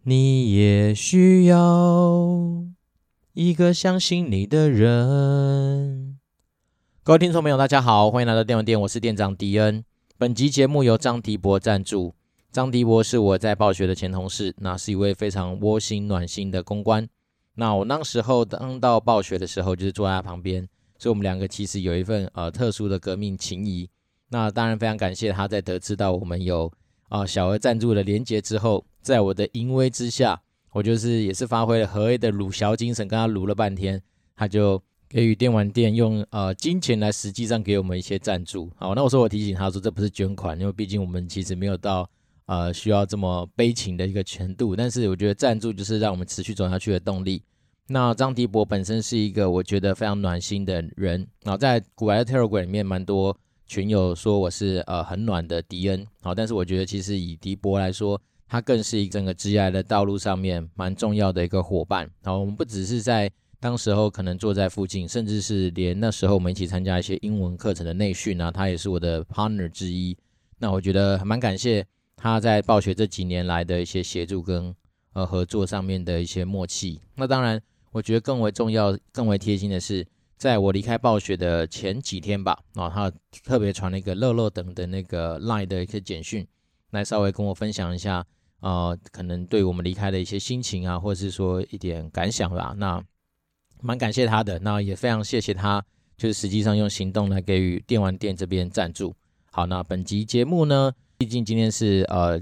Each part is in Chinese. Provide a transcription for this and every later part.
你也需要一个相信你的人。各位听众朋友大家好，欢迎来到电玩店，我是店长迪恩。本集节目由张迪博赞助。张迪博是我在暴雪的前同事，那是一位非常窝心暖心的公关。那我那时候当到暴雪的时候，就是坐在他旁边，所以我们两个其实有一份特殊的革命情谊。那当然非常感谢他在得知到我们有小额赞助的连结之后，在我的淫威之下，我就是也是发挥了何谓的鲁小精神，跟他鲁了半天，他就给予电玩店用金钱来实际上给我们一些赞助。好，那我提醒他说这不是捐款，因为毕竟我们其实没有到需要这么悲情的一个程度，但是我觉得赞助就是让我们持续走下去的动力。那张迪博本身是一个我觉得非常暖心的人，然后在古来的 Telegram 里面蛮多群友说我是很暖的迪恩，好，但是我觉得其实以迪博来说，他更是一整个职业的道路上面蛮重要的一个伙伴。好，我们不只是在当时候可能坐在附近，甚至是连那时候我们一起参加一些英文课程的内训啊，他也是我的 partner 之一。那我觉得蛮感谢他在暴雪这几年来的一些协助跟合作上面的一些默契。那当然我觉得更为重要更为贴心的是，在我离开暴雪的前几天吧，他特别传了一个乐乐等的那个 LINE 的一个简讯，来稍微跟我分享一下可能对我们离开的一些心情啊，或者是说一点感想吧。那蛮感谢他的，那也非常谢谢他，就是实际上用行动来给予电玩店这边赞助。好，那本集节目呢，毕竟今天是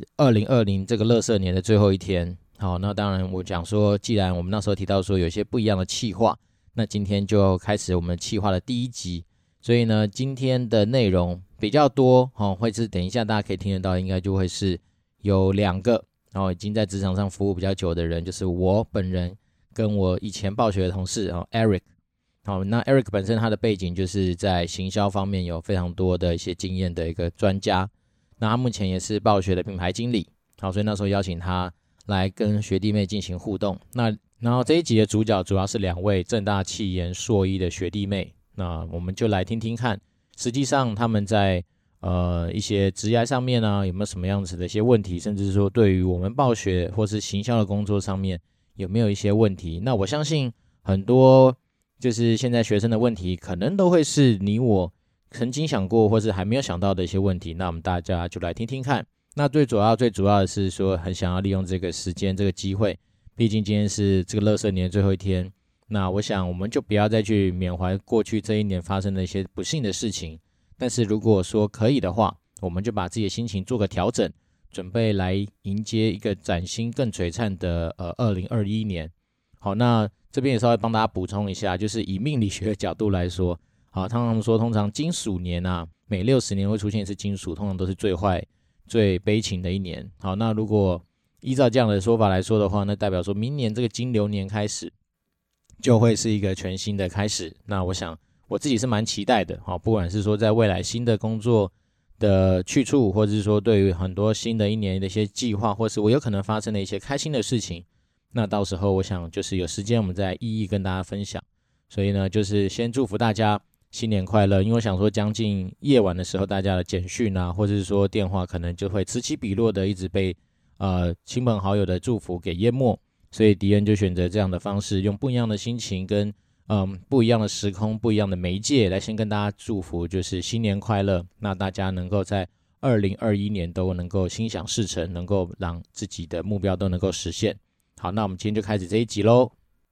2020这个垃圾年的最后一天。好，那当然我讲说，既然我们那时候提到说有些不一样的企划，那今天就开始我们企划的第一集。所以呢，今天的内容比较多，会是等一下大家可以听得到，应该就会是有两个已经在职场上服务比较久的人，就是我本人跟我以前暴雪的同事Eric。那 Eric 本身他的背景就是在行销方面有非常多的一些经验的一个专家，那他目前也是暴雪的品牌经理。好，所以那时候邀请他来跟学弟妹进行互动。那然后这一集的主角主要是两位政大企研硕一的学弟妹，那我们就来听听看，实际上他们在一些职业上面有没有什么样子的一些问题，甚至说对于我们暴雪或是行销的工作上面有没有一些问题。那我相信很多就是现在学生的问题，可能都会是你我曾经想过或是还没有想到的一些问题。那我们大家就来听听看。那最主要的是说，很想要利用这个时间这个机会，毕竟今天是这个垃圾年最后一天，那我想我们就不要再去缅怀过去这一年发生的一些不幸的事情，但是如果说可以的话，我们就把自己的心情做个调整，准备来迎接一个崭新更璀璨的2021年。好，那这边也稍微帮大家补充一下，就是以命理学的角度来说，通常金属年每60年会出现一次金属，通常都是最坏最悲情的一年。好，那如果依照这样的说法来说的话，那代表说明年这个金流年开始就会是一个全新的开始。那我想我自己是蛮期待的，不管是说在未来新的工作的去处，或者是说对于很多新的一年的一些计划，或是我有可能发生的一些开心的事情，那到时候我想就是有时间我们再一一跟大家分享。所以呢，就是先祝福大家新年快乐，因为我想说将近夜晚的时候，大家的简讯或者是说电话可能就会此起彼落的一直被亲朋好友的祝福给淹没，所以迪恩就选择这样的方式，用不一样的心情跟不一样的时空、不一样的媒介来先跟大家祝福，就是新年快乐。那大家能够在2021年都能够心想事成，能够让自己的目标都能够实现。好，那我们今天就开始这一集咯。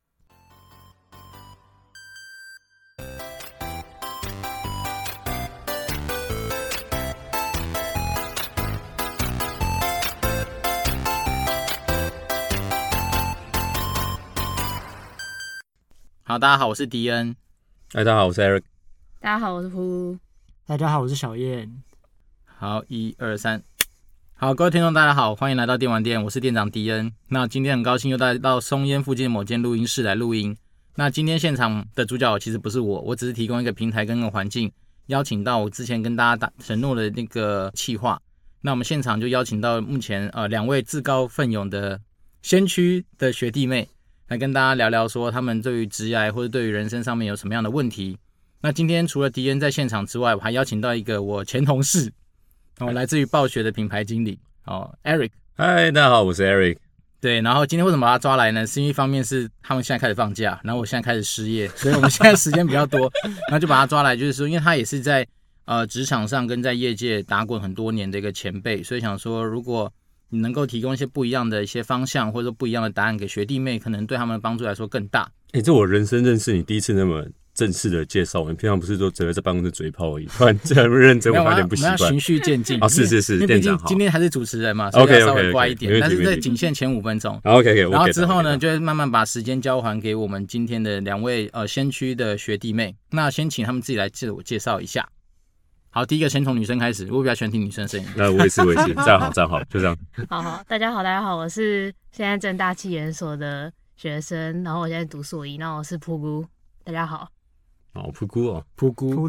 好，大家好，我是迪恩。 大家好，我是 Eric。 大家好，我是呼。 大家好，我是小燕。 好，1、2、3。好，各位听众大家好，欢迎来到电玩店，我是店长迪恩。那今天很高兴又带到松烟附近的某间录音室来录音。那今天现场的主角其实不是我只是提供一个平台跟一个环境，邀请到我之前跟大家承诺的那个企划。那我们现场就邀请到目前2位自告奋勇的先驱的学弟妹，来跟大家聊聊说他们对于职业或者对于人生上面有什么样的问题。那今天除了迪恩在现场之外，我还邀请到一个我前同事来自于暴雪的品牌经理Eric。 嗨，大家好，我是 Eric。 对，然后今天为什么把他抓来呢？是因为一方面是他们现在开始放假，然后我现在开始失业，所以我们现在时间比较多，然后就把他抓来，就是说，因为他也是在职场上跟在业界打滚很多年的一个前辈，所以想说，如果你能够提供一些不一样的一些方向，或者说不一样的答案给学弟妹，可能对他们的帮助来说更大。 这我人生认识你第一次那么正式的介绍，你平常不是都只会在办公室嘴炮而已，突然这样认真，我有点不习惯。 我们要循序渐进是， 因为店长好。 今天还是主持人嘛，所以要稍微乖一点，但是这仅限前5分钟。 OK， 然后之后呢，就会慢慢把时间交还给我们今天的2位先驱的学弟妹。那先请他们自己来自我介绍一下。好，第一个先从女生开始，我比较喜欢听女生声音。 那我也是，站好，就这样。 好，大家好，我是现在政大企研所的学生，然后我现在读硕一，那我是噗咕，大家好。 噗咕哦， 噗咕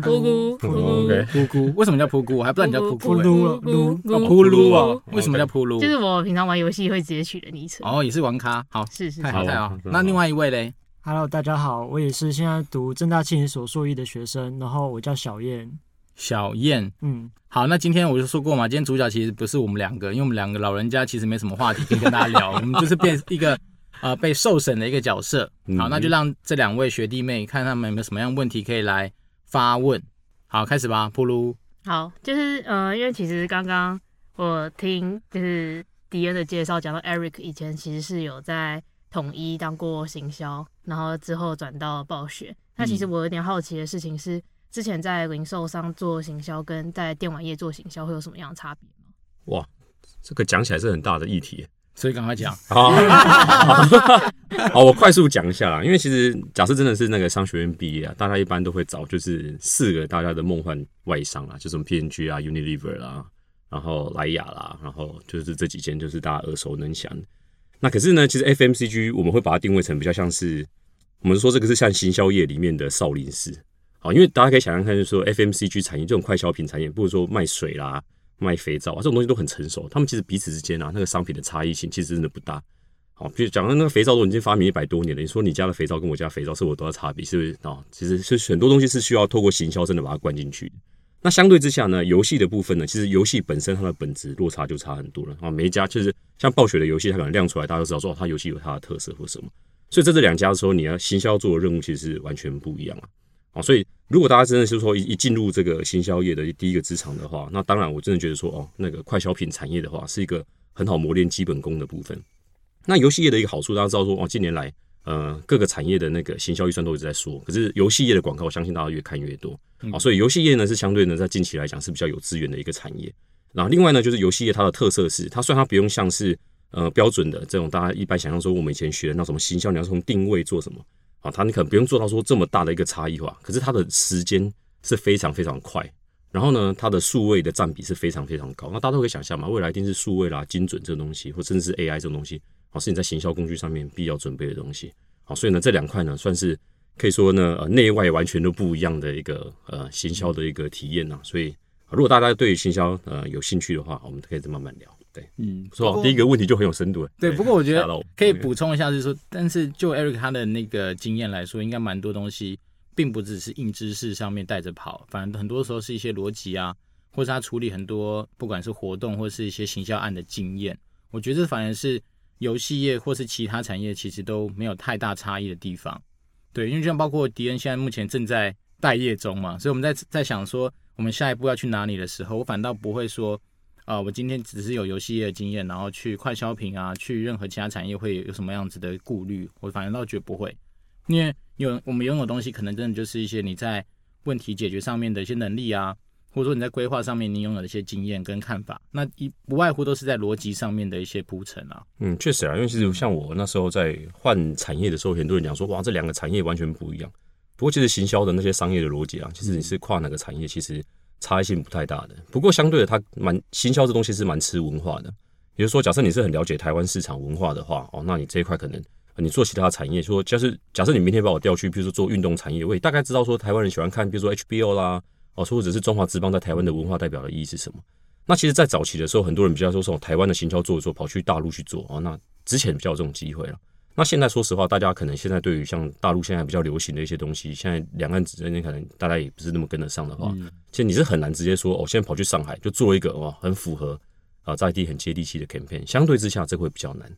，OK， 噗咕，为什么叫噗咕？我还不知道你叫噗咕。 噗噜哦，为什么叫噗噜？ 就是我平常玩游戏会直接取的昵称。 哦，也是玩咖，好， 是， 太好。那另外一位嘞 ？Hello， 大家好，我也是现在读政大企研所硕一的学生，然后我叫小燕。 小燕，好，那今天我就说过嘛，今天主角其实不是我们2个，因为我们2个老人家其实没什么话题可以跟大家聊，我们就是变一个被受审的一个角色。好，那就让这2位学弟妹看他们有没有什么样的问题可以来发问。好，开始吧，噗噜。 好，就是因为其实刚刚我听就是迪恩的介绍，讲到 Eric 以前其实是有在统一当过行销，然后之后转到暴雪。那其实我有点好奇的事情是，之前在零售商做行销跟在电玩业做行销会有什么样的差别吗？ 哇，这个讲起来是很大的议题， 所以赶快讲。 好，我快速讲一下啦。因为其实假设真的是那个商学院毕业啊，大家一般都会找就是4个大家的梦幻外商啊，就什么 P&G 啊、Unilever 啦，然后莱雅啦，然后就是这几间就是大家耳熟能详的。那可是呢，其实 FMCG 我们会把它定位成比较像是，我们说这个是像行销业里面的少林寺。好，因为大家可以想象看，就是说 FMCG 产业这种快消品产业，不如说卖水啦、卖肥皂啊，这种东西都很成熟，他们其实彼此之间啊，那个商品的差异性其实真的不大。好，比如讲到那个肥皂都已经发明100多年了，你说你家的肥皂跟我家的肥皂是有多大差别？是不是？其实是很多东西是需要透过行销真的把它灌进去的。那相对之下呢，游戏的部分呢，其实游戏本身它的本质落差就差很多了。每一家就是像暴雪的游戏，它可能亮出来，大家都知道说它游戏有它的特色或什么。所以在这2家的时候，你要行销做的任务其实是完全不一样啊。所以如果大家真的是说一进入这个行销业的第一个职场的话，那当然我真的觉得说那个快消品产业的话是一个很好磨练基本功的部分。那游戏业的一个好处，大家知道说近年来各个产业的那个行销预算都一直在缩，可是游戏业的广告我相信大家越看越多。所以游戏业呢是相对呢在近期来讲是比较有资源的一个产业。然后另外呢就是游戏业它的特色是，它虽然它不用像是标准的这种大家一般想象说我们以前学的那什么行销，你要从定位做什么它你可能不用做到说这么大的一个差异化，可是它的时间是非常非常快，然后呢它的数位的占比是非常非常高。那大家都可以想象嘛，未来一定是数位啦、精准这个东西，或甚至是 AI 这种东西是你在行销工具上面必要准备的东西。所以呢这2块呢算是可以说呢内外完全都不一样的一个行销的一个体验所以如果大家对于行销有兴趣的话，我们可以再慢慢聊。对，不错，第一个问题就很有深度了。 对，不过我觉得可以补充一下，就是说，但是就 Eric 他的那个经验来说，应该蛮多东西并不只是硬知识上面带着跑，反正很多时候是一些逻辑啊，或是他处理很多不管是活动或是一些行销案的经验。我觉得反而是游戏业或是其他产业其实都没有太大差异的地方。对，因为像包括迪恩现在目前正在待业中嘛，所以我们在想说我们下一步要去哪里的时候，我反倒不会说我今天只是有游戏业的经验，然后去快消品啊，去任何其他产业会有什么样子的顾虑？我反正倒觉得不会，因为我们拥有的东西可能真的就是一些你在问题解决上面的一些能力啊，或者说你在规划上面你拥有的一些经验跟看法，那不外乎都是在逻辑上面的一些铺陈啊。 确实因为其实像我那时候在换产业的时候，很多人讲说哇，这2个产业完全不一样。不过其实行销的那些商业的逻辑其实你是跨哪个产业，其实差异性不太大的。不过相对的，它行销这东西是蛮吃文化的。也就是说，假设你是很了解台湾市场文化的话，那你这一块可能你做其他产业，说假设你明天把我调去，比如说做运动产业，我也大概知道说台湾人喜欢看，比如说 HBO 啦，或者是中华职棒在台湾的文化代表的意义是什么。那其实，在早期的时候，很多人比较说台湾的行销做一做，跑去大陆去做那之前比较有这种机会了。那现在说实话，大家可能现在对于像大陆现在比较流行的一些东西，现在两岸之间可能大家也不是那么跟得上的话，其实你是很难直接说现在跑去上海就做一个很符合在地很接地气的 campaign， 相对之下这会比较难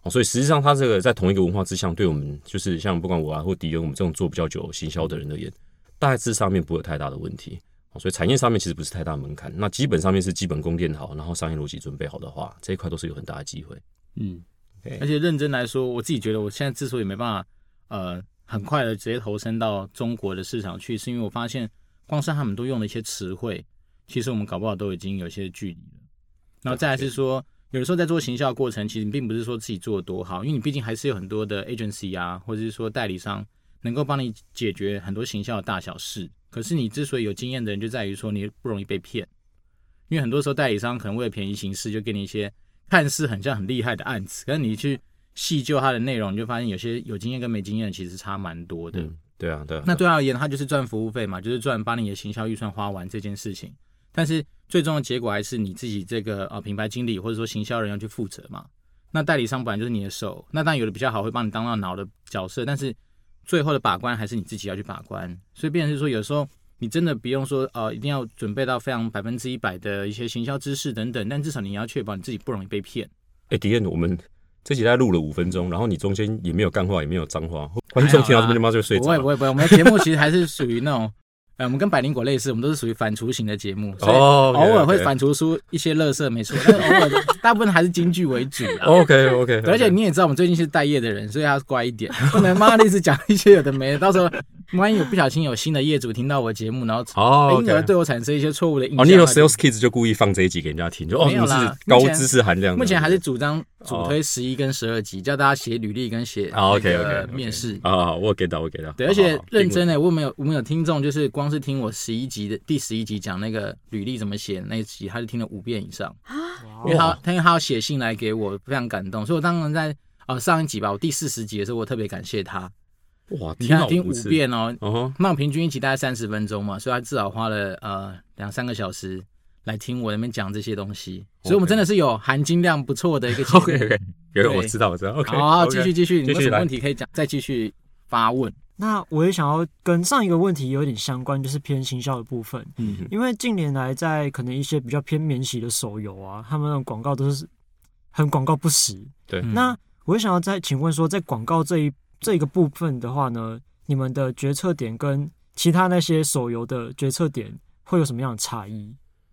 所以实际上它这个在同一个文化之下，对我们就是像不管我或迪恩，我们这种做比较久行销的人而言，大致上面不会有太大的问题。所以产业上面其实不是太大门槛，那基本上面是基本功练好，然后商业逻辑准备好的话，这一块都是有很大的机会。 而且认真来说，我自己觉得我现在之所以没办法很快的直接投身到中国的市场去，是因为我发现光是他们都用的一些词汇，其实我们搞不好都已经有些距离了。然后再来是说，有的时候在做行销的过程，其实并不是说自己做的多好，因为你毕竟还是有很多的 agency 啊，或者是说代理商能够帮你解决很多行销的大小事。可是你之所以有经验的人，就在于说你不容易被骗，因为很多时候代理商可能为了便宜行事，就给你一些看似很像很厉害的案子，可是你去细究它的内容，你就发现有些有经验跟没经验其实差蛮多的。 对啊。 那对他而言，他就是赚服务费嘛，就是赚把你的行销预算花完这件事情。但是最终的结果还是你自己这个品牌经理或者说行销人要去负责嘛。那代理商本来就是你的手，那当然有的比较好会帮你当到脑的角色，但是最后的把关还是你自己要去把关。所以变成是说，有时候你真的不用说一定要准备到非常100%的一些行销知识等等，但至少你要确保你自己不容易被骗。 迪恩，我们这集大概录了5分钟，然后你中间也没有干话，也没有脏话，观众听到这边就睡着了。 不会，我们的节目其实还是属于那种我们跟百灵果类似，我们都是属于反刍型的节目，所以偶尔会反刍出一些垃圾，没错，但偶尔大部分还是京剧为主啦。 OK， 而且你也知道我们最近是待业的人，所以要乖一点，不能妈的一直讲一些有的没的，到时候万一有不小心有新的业主听到我的节目，然后因而对我产生一些错误的印象。 你有 Sales Kids 就故意放这一集给人家听，就你是高知識含量的。 目前还是主张主推11跟12集，叫大家写履历跟写面试。 我有 get 到。 对，而且认真我们有听众，就是光是听我第11集讲那个履历怎么写那一集，他就听了5遍以上，因为他要写信来给我，非常感动。所以我当然在上一集吧，我第40集的时候，我特别感谢他。 哇， 你看听5遍那我平均一集大概30分钟嘛，所以他至少花了2-3个小时来听我那边讲这些东西，所以我们真的是有含金量不错的一个节目。 OK， 我知道。OK， 好，继续，你有什么问题可以讲，再继续发问。 那我也想要跟上一个问题有点相关，就是偏行销的部分。因为近年来在可能一些比较偏免洗的手游啊，他们的广告都是很广告不实。 对， 那我也想要再请问说，在广告这个部分的话呢，你们的决策点跟其他那些手游的决策点会有什么样的差异？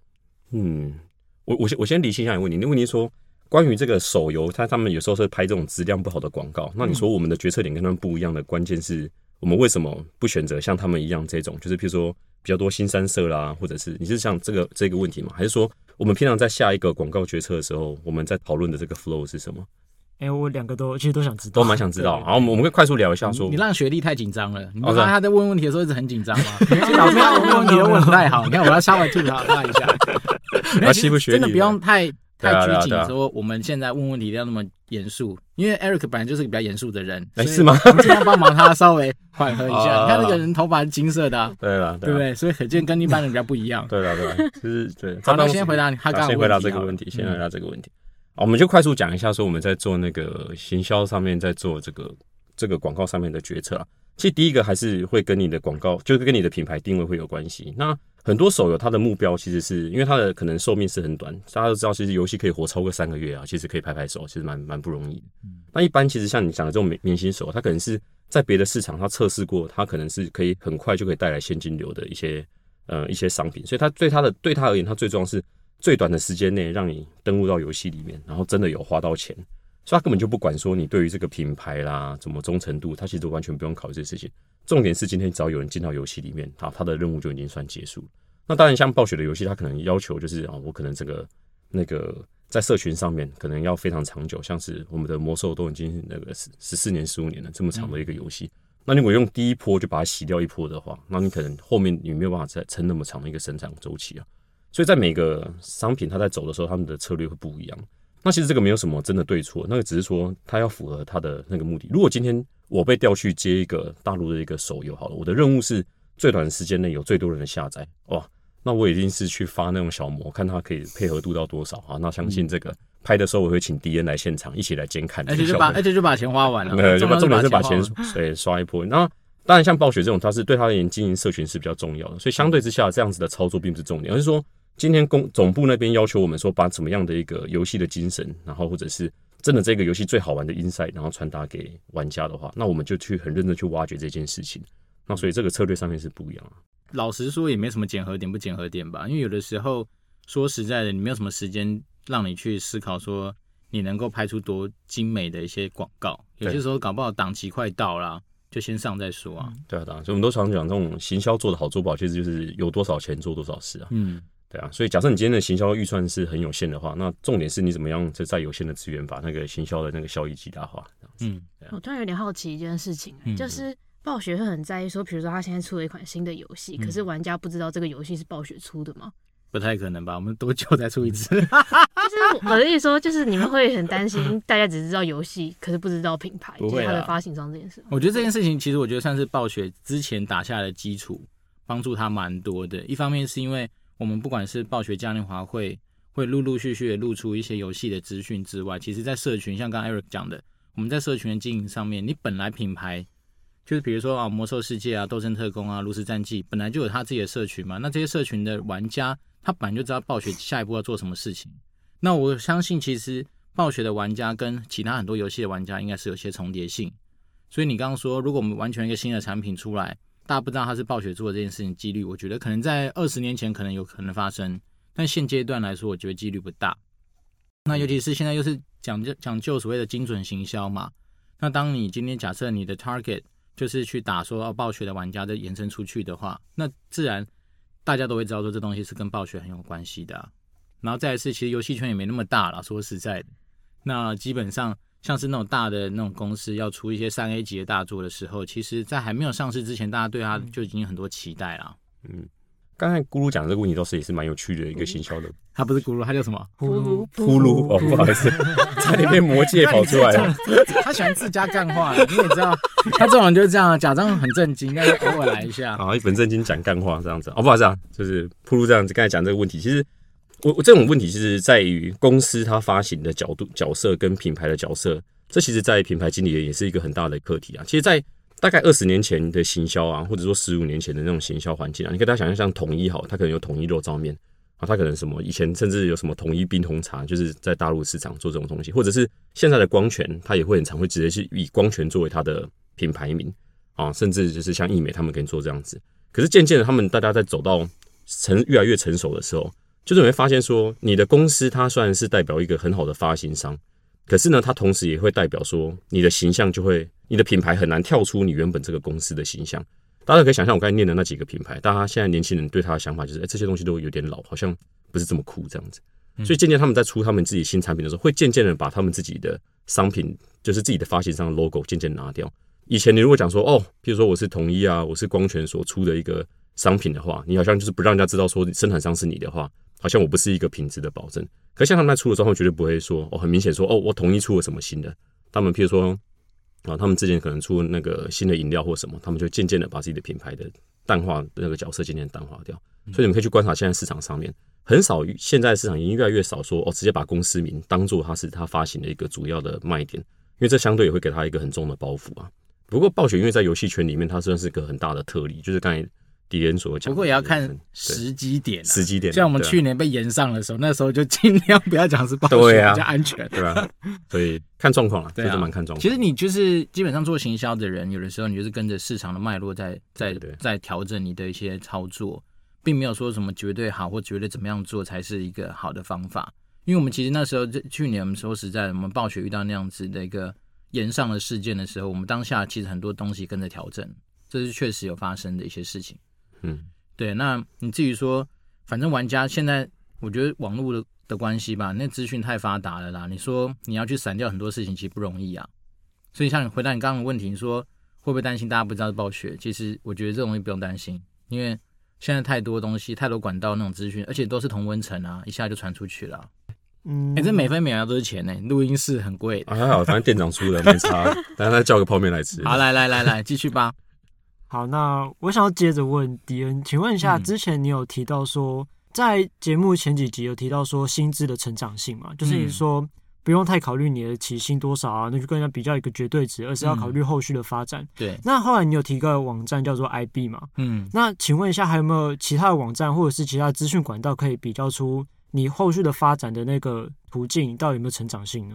我先理清一下你的问题。你的问题是说，关于这个手游，他们有时候是拍这种质量不好的广告，那你说我们的决策点跟他们不一样的关键是，我们为什么不选择像他们一样这种，就是譬如说比较多新三色啦，或者是你是像这个问题吗？还是说我们平常在下一个广告决策的时候，我们在讨论的这个 flow 是什么？ 我两个其实都想知道， 都蛮想知道。好，我们可以快速聊一下说， 你让学弟太紧张了，你不知道他在问问题的时候一直很紧张吗？老师他问问题都问得太好，你看我要稍微吐槽他一下。 要欺负学弟， 真的不用太拘谨，说我们现在问问题要那么严肃，因为 Eric 本来就是个比较严肃的人， 是吗？ 我们尽量帮忙他稍微缓和一下。你看那个人头发是金色的， 对了， 对不对？所以可见跟一般人比较不一样。 对，就是对。 好，那先回答他刚刚先回答这个问题，我们就快速讲一下，说我们在做那个行销上面，在做这个广告上面的决策啊。其实第一个还是会跟你的广告，就是跟你的品牌定位会有关系。那很多手游它的目标其实是因为它的可能寿命是很短，大家都知道，其实游戏可以活超过3个月啊，其实可以拍手，其实蛮不容易的。那一般其实像你讲的这种明星手游，它可能是在别的市场它测试过，它可能是可以很快就可以带来现金流的一些商品，所以它对它而言，它最重要是最短的时间内让你登录到游戏里面，然后真的有花到钱，所以他根本就不管说你对于这个品牌啦怎么忠诚度，他其实完全不用考虑这些事情。重点是今天只要有人进到游戏里面，他的任务就已经算结束。那当然像暴雪的游戏，他可能要求就是我可能那个在社群上面可能要非常长久，像是我们的魔兽都已经那个14年15年了这么长的一个游戏。那如果用第一波就把它洗掉一波的话，那你可能后面你没有办法再撑那么长的一个生产周期啊。所以在每个商品它在走的时候，他们的策略会不一样。那其实这个没有什么真的对错，那个只是说它要符合它的那个目的。如果今天我被调去接一个大陆的一个手游好了，我的任务是最短的时间内有最多人的下载，哇，那我一定是去发那种小模，看它可以配合度到多少啊。那相信这个拍的时候我会请 DN 来现场一起来监看， 而且就把钱花完了， 重点是把钱刷一波。那当然像暴雪这种，它是对它而言经营社群是比较重要的，所以相对之下这样子的操作并不是重点，而是说今天总部那边要求我们说把怎么样的一个游戏的精神，然后或者是真的这个游戏最好玩的 insight， 然后传达给玩家的话，那我们就去很认真去挖掘这件事情。那所以这个策略上面是不一样啊。 老实说，也没什么检核点不检核点吧，因为有的时候说实在的，你没有什么时间让你去思考说你能够拍出多精美的一些广告，有些时候搞不好档期快到了，就先上再说啊。 对啊，所以我们都常讲这种行销做得好做不好，其实就是有多少钱做多少事啊。对啊，所以假设你今天的行销预算是很有限的话，那重点是你怎么样在有限的资源把那个行销的那个效益极大化。 我突然有点好奇一件事情，就是暴雪会很在意说，比如说他现在出了一款新的游戏，可是玩家不知道这个游戏是暴雪出的吗？ 不太可能吧？我们多久再出一次？ 就是我的意思说，就是你们会很担心大家只知道游戏，可是不知道品牌，就是它的发行商这件事。 我觉得这件事情其实我觉得算是暴雪之前打下的基础，帮助他蛮多的。一方面是因为我们不管是暴雪嘉年华会陆陆续续的露出一些游戏的资讯之外，其实在社群，像刚刚 Eric 讲的，我们在社群的经营上面，你本来品牌就是比如说魔兽世界啊、斗阵特工啊、炉石战记，本来就有他自己的社群嘛，那这些社群的玩家他本来就知道暴雪下一步要做什么事情。那我相信其实暴雪的玩家跟其他很多游戏的玩家应该是有些重叠性，所以你刚刚说如果我们完全一个新的产品出来，大家不知道它是暴雪做的这件事情几率，我觉得可能在20年前可能有可能发生，但现阶段来说我觉得几率不大。那尤其是现在又是讲究所谓的精准行销嘛，那当你今天假设你的 target 就是去打说暴雪的玩家再延伸出去的话，那自然大家都会知道说这东西是跟暴雪很有关系的然后再来是其实游戏圈也没那么大啦，说实在的，那基本上像是那种大的那种公司要出一些3A 级的大作的时候，其实在还没有上市之前，大家对它就已经有很多期待啦。 刚才咕噜讲这个问题倒是也是蛮有趣的一个行销的。 他不是咕噜，他叫什么？ 呼噜哦，不好意思，差点被魔戒跑出来了。 他喜欢自家干话，你也知道，他这种人就是这样，假装很震惊，但是偶尔来一下， 好，一本正经讲干话这样子。不好意思啊，就是呼噜这样子。刚才讲这个问题，其实我这种问题其实在于公司它发行的角色跟品牌的角色，这其实在品牌经理也是一个很大的课题啊。其实，在大概20年前的行销啊，或者说15年前的那种行销环境啊，你可以大家想象像统一好，它可能有统一肉燥面啊，它可能什么以前甚至有什么统一冰红茶，就是在大陆市场做这种东西，或者是现在的光泉，它也会很常会直接是以光泉作为它的品牌名啊，甚至就是像易美他们可以做这样子。可是渐渐的，他们大家在走到越来越成熟的时候，就是你会发现说，你的公司它虽然是代表一个很好的发行商，可是呢，它同时也会代表说，你的形象就会，你的品牌很难跳出你原本这个公司的形象。大家可以想象我刚才念的那几个品牌，大家现在年轻人对他的想法就是，这些东西都有点老，好像不是这么酷这样子。所以渐渐他们在出他们自己新产品的时候，会渐渐的把他们自己的商品，就是自己的发行商的 logo 渐渐拿掉。以前你如果讲说，譬如说我是统一啊，我是光泉所出的一个商品的话，你好像就是不让人家知道说生产商是你的话，好像我不是一个品质的保证。可是像他们在出的时候，他们绝对不会说很明显说我统一出了什么新的。他们譬如说他们之前可能出那个新的饮料或什么，他们就渐渐的把自己的品牌的淡化的那个角色渐渐淡化掉。所以你们可以去观察现在市场上面很少，现在的市场已经越来越少说直接把公司名当作它是它发行的一个主要的卖点，因为这相对也会给他一个很重的包袱啊。不过暴雪因为在游戏圈里面，它算是个很大的特例，就是刚才迪恩所讲。 不过也要看时机点， 时机点。 像我们去年被延上的时候，那时候就尽量不要讲是暴雪，比较安全， 对吧？所以看状况啊，这是蛮看状况。 其实你就是基本上做行销的人，有的时候你就是跟着市场的脉络在调整你的一些操作，并没有说什么绝对好或绝对怎么样做才是一个好的方法。因为我们其实那时候去年我们说实在的，我们暴雪遇到那样子的一个延上的事件的时候，我们当下其实很多东西跟着调整，这是确实有发生的一些事情。对，那你至于说，反正玩家现在，我觉得网络的关系吧，那资讯太发达了啦。你说你要去闪掉很多事情，其实不容易啊。所以像你回答你刚刚的问题，你说会不会担心大家不知道是暴雪？其实我觉得这种东西不用担心，因为现在太多东西、太多管道那种资讯，而且都是同温层啊，一下就传出去了。这每分每秒都是钱呢，录音室很贵还好，反正店长出的没差，等下再叫个泡面来吃。 好，来，继续吧。 好，那我想要接着问迪恩，请问一下，之前你有提到说，在节目前几集有提到说薪资的成长性嘛，就是你说不用太考虑你的起薪多少啊，那就跟人家比较一个绝对值，而是要考虑后续的发展。 对。 那后来你有提个网站叫做 IB 嘛？那请问一下，还有没有其他的网站或者是其他的资讯管道可以比较出你后续的发展的那个途径到底有没有成长性呢？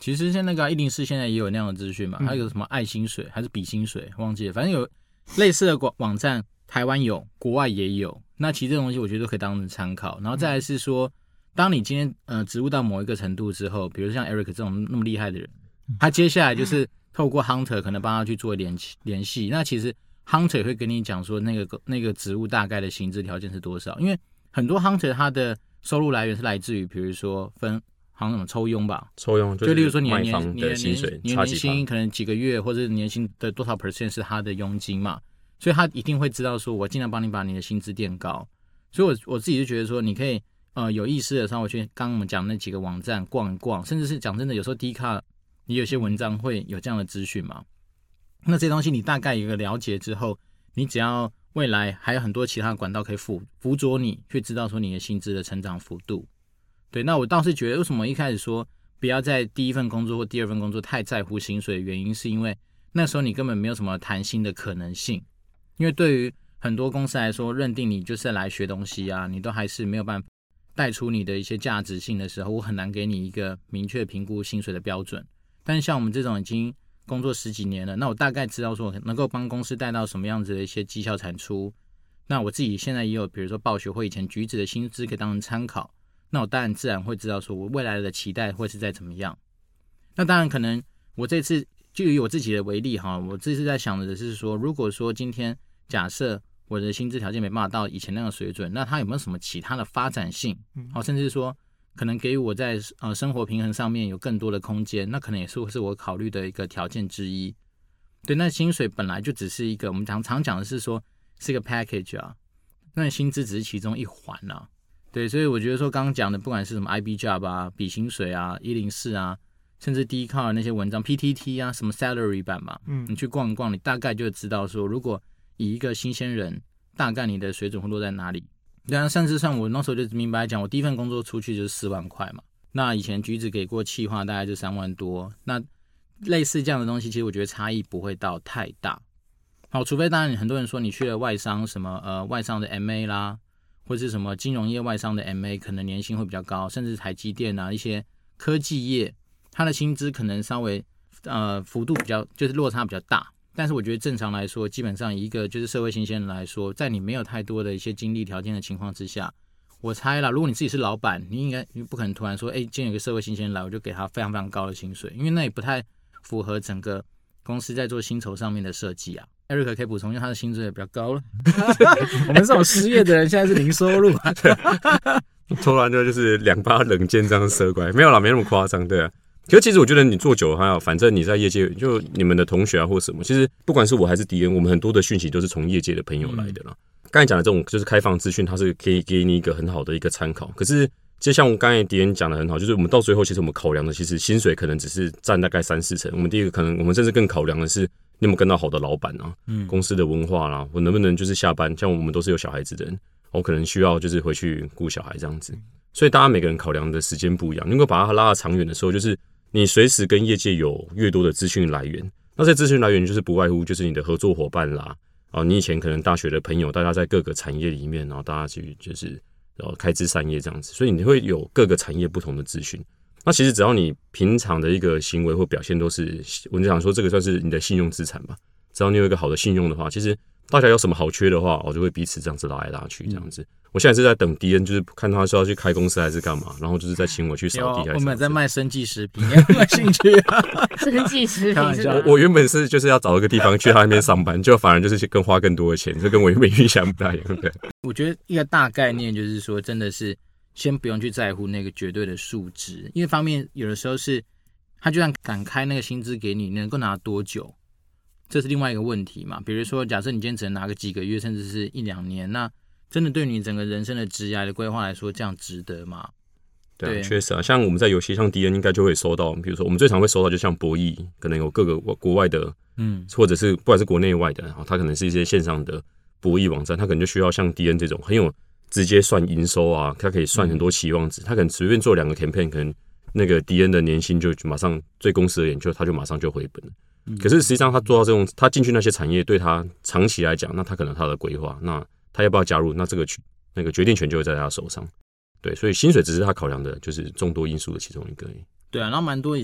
其实像那个104现在也有那样的资讯嘛，还有什么爱薪水还是比薪水忘记了，反正有类似的网站，台湾有，国外也有。那其实这种东西我觉得都可以当成参考。然后再来是说，当你今天职务到某一个程度之后，比如像 Eric 这种那么厉害的人，他接下来就是透过 Hunter 可能帮他去做联系。那其实 Hunter 也会跟你讲说那个职务大概的薪资条件是多少，因为很多 Hunter 他的收入来源是来自于比如说好像什么抽佣吧， 抽佣就例如说你的年薪水你的年薪可能几个月或者年薪的多少 % 是他的佣金嘛，所以他一定会知道说我尽量帮你把你的薪资垫高。所以我自己就觉得说你可以有意识的稍微去刚刚我们讲那几个网站逛一逛，甚至是讲真的有时候 Dcard 你有些文章会有这样的资讯嘛，那这些东西你大概有一个了解之后，你只要未来还有很多其他的管道可以辅佐你去知道说你的薪资的成长幅度。对，那我倒是觉得为什么一开始说不要在第一份工作或第二份工作太在乎薪水的原因，是因为那时候你根本没有什么谈薪的可能性。因为对于很多公司来说，认定你就是来学东西啊，你都还是没有办法带出你的一些价值性的时候，我很难给你一个明确评估薪水的标准。但是像我们这种已经工作10几年了，那我大概知道说能够帮公司带到什么样子的一些绩效产出。那我自己现在也有比如说暴雪或以前橘子的薪资可以当成参考，那我当然自然会知道说我未来的期待会是在怎么样。那当然可能我这次就以我自己的为例哈，我这次在想的是说，如果说今天假设我的薪资条件没办法到以前那个水准，那它有没有什么其他的发展性？甚至说可能给予我在生活平衡上面有更多的空间，那可能也是我考虑的一个条件之一。对，那薪水本来就只是一个我们常讲的是说是一个 package 啊，那薪资只是其中一环啊。对，所以我觉得说刚刚讲的不管是什么 IB Job 啊、比薪水啊、104啊，甚至 Dcard 那些文章 PTT 啊，什么 salary 版嘛，你去逛一逛，你大概就知道说，如果以一个新鲜人，大概你的水准会落在哪里。对啊，甚至像我那时候就明白讲，我第一份工作出去就是4万块嘛，那以前橘子给过企划大概就3万多，那类似这样的东西，其实我觉得差异不会到太大。好，除非当然很多人说你去了外商，什么外商的 MA 啦，或是什么金融业外商的 MA， 可能年薪会比较高，甚至台积电啊一些科技业，它的薪资可能稍微幅度比较就是落差比较大。但是我觉得正常来说，基本上一个就是社会新鲜人来说，在你没有太多的一些经历条件的情况之下，我猜啦，如果你自己是老板，你不可能突然说，今天有个社会新鲜人来，我就给他非常非常高的薪水，因为那也不太符合整个公司在做薪酬上面的设计啊。Eric 可以补充，因为他的薪资也比较高了。我们这种失业的人现在是零收入， 突然就是2把冷箭这样射过来，没有啦，没那么夸张，对啊。可是其实我觉得你做久了还好，反正你在业界，就你们的同学啊或什么，其实不管是我还是迪恩，我们很多的讯息都是从业界的朋友来的啦。刚才讲的这种就是开放资讯，它是可以给你一个很好的一个参考。可是就像我刚才迪恩讲的很好，就是我们到最后其实我们考量的其实薪水可能只是占大概3-4成。我们第一个可能我们甚至更考量的是你有没有跟到好的老板啊，公司的文化啦，我能不能就是下班，像我们都是有小孩子的人，我可能需要就是回去顾小孩这样子。所以大家每个人考量的时间不一样，能够把它拉得长远的时候，就是你随时跟业界有越多的资讯来源，那这资讯来源就是不外乎就是你的合作伙伴啦，你以前可能大学的朋友，大家在各个产业里面，然后大家去就是开枝散叶这样子，所以你会有各个产业不同的资讯。那其实只要你平常的一个行为或表现都是，我就想说这个算是你的信用资产吧。只要你有一个好的信用的话，其实大家有什么好缺的话，我就会彼此这样子拉来拉去这样子。我现在是在等迪恩，就是看他说要去开公司还是干嘛，然后就是在请我去扫地。 我们在卖生技食品，你有没有兴趣啊？ 生技食品是吧？ 我原本是就是要找一个地方去他那边上班，就反而就是更花更多的钱，就跟我原本预想不太一样。对， 我觉得一个大概念就是说，真的是先不用去在乎那个绝对的数值，因为方面有的时候是他就算敢开那个薪资给你，你能够拿多久？这是另外一个问题嘛。比如说，假设你今天只能拿个几个月，甚至是1-2年，那真的对你整个人生的职涯的规划来说，这样值得吗？ 对，确实啊。像我们在游戏，像迪恩应该就会收到，比如说我们最常会收到，就像博弈，可能有各个国外的，或者是不管是国内外的，他可能是一些线上的博弈网站，他可能就需要像迪恩这种很有直接算营收啊，他可以算很多期望值，他可能随便做2个 campaign， 可能那个迪恩的年薪就马上对公司而言他就马上就回本了。可是实际上他做到这种，他进去那些产业对他长期来讲，那他可能他的规划，那他要不要加入，那这个那个决定权就会在他手上。对，所以薪水只是他考量的就是众多因素的其中一个。 对啊，然后蛮多一些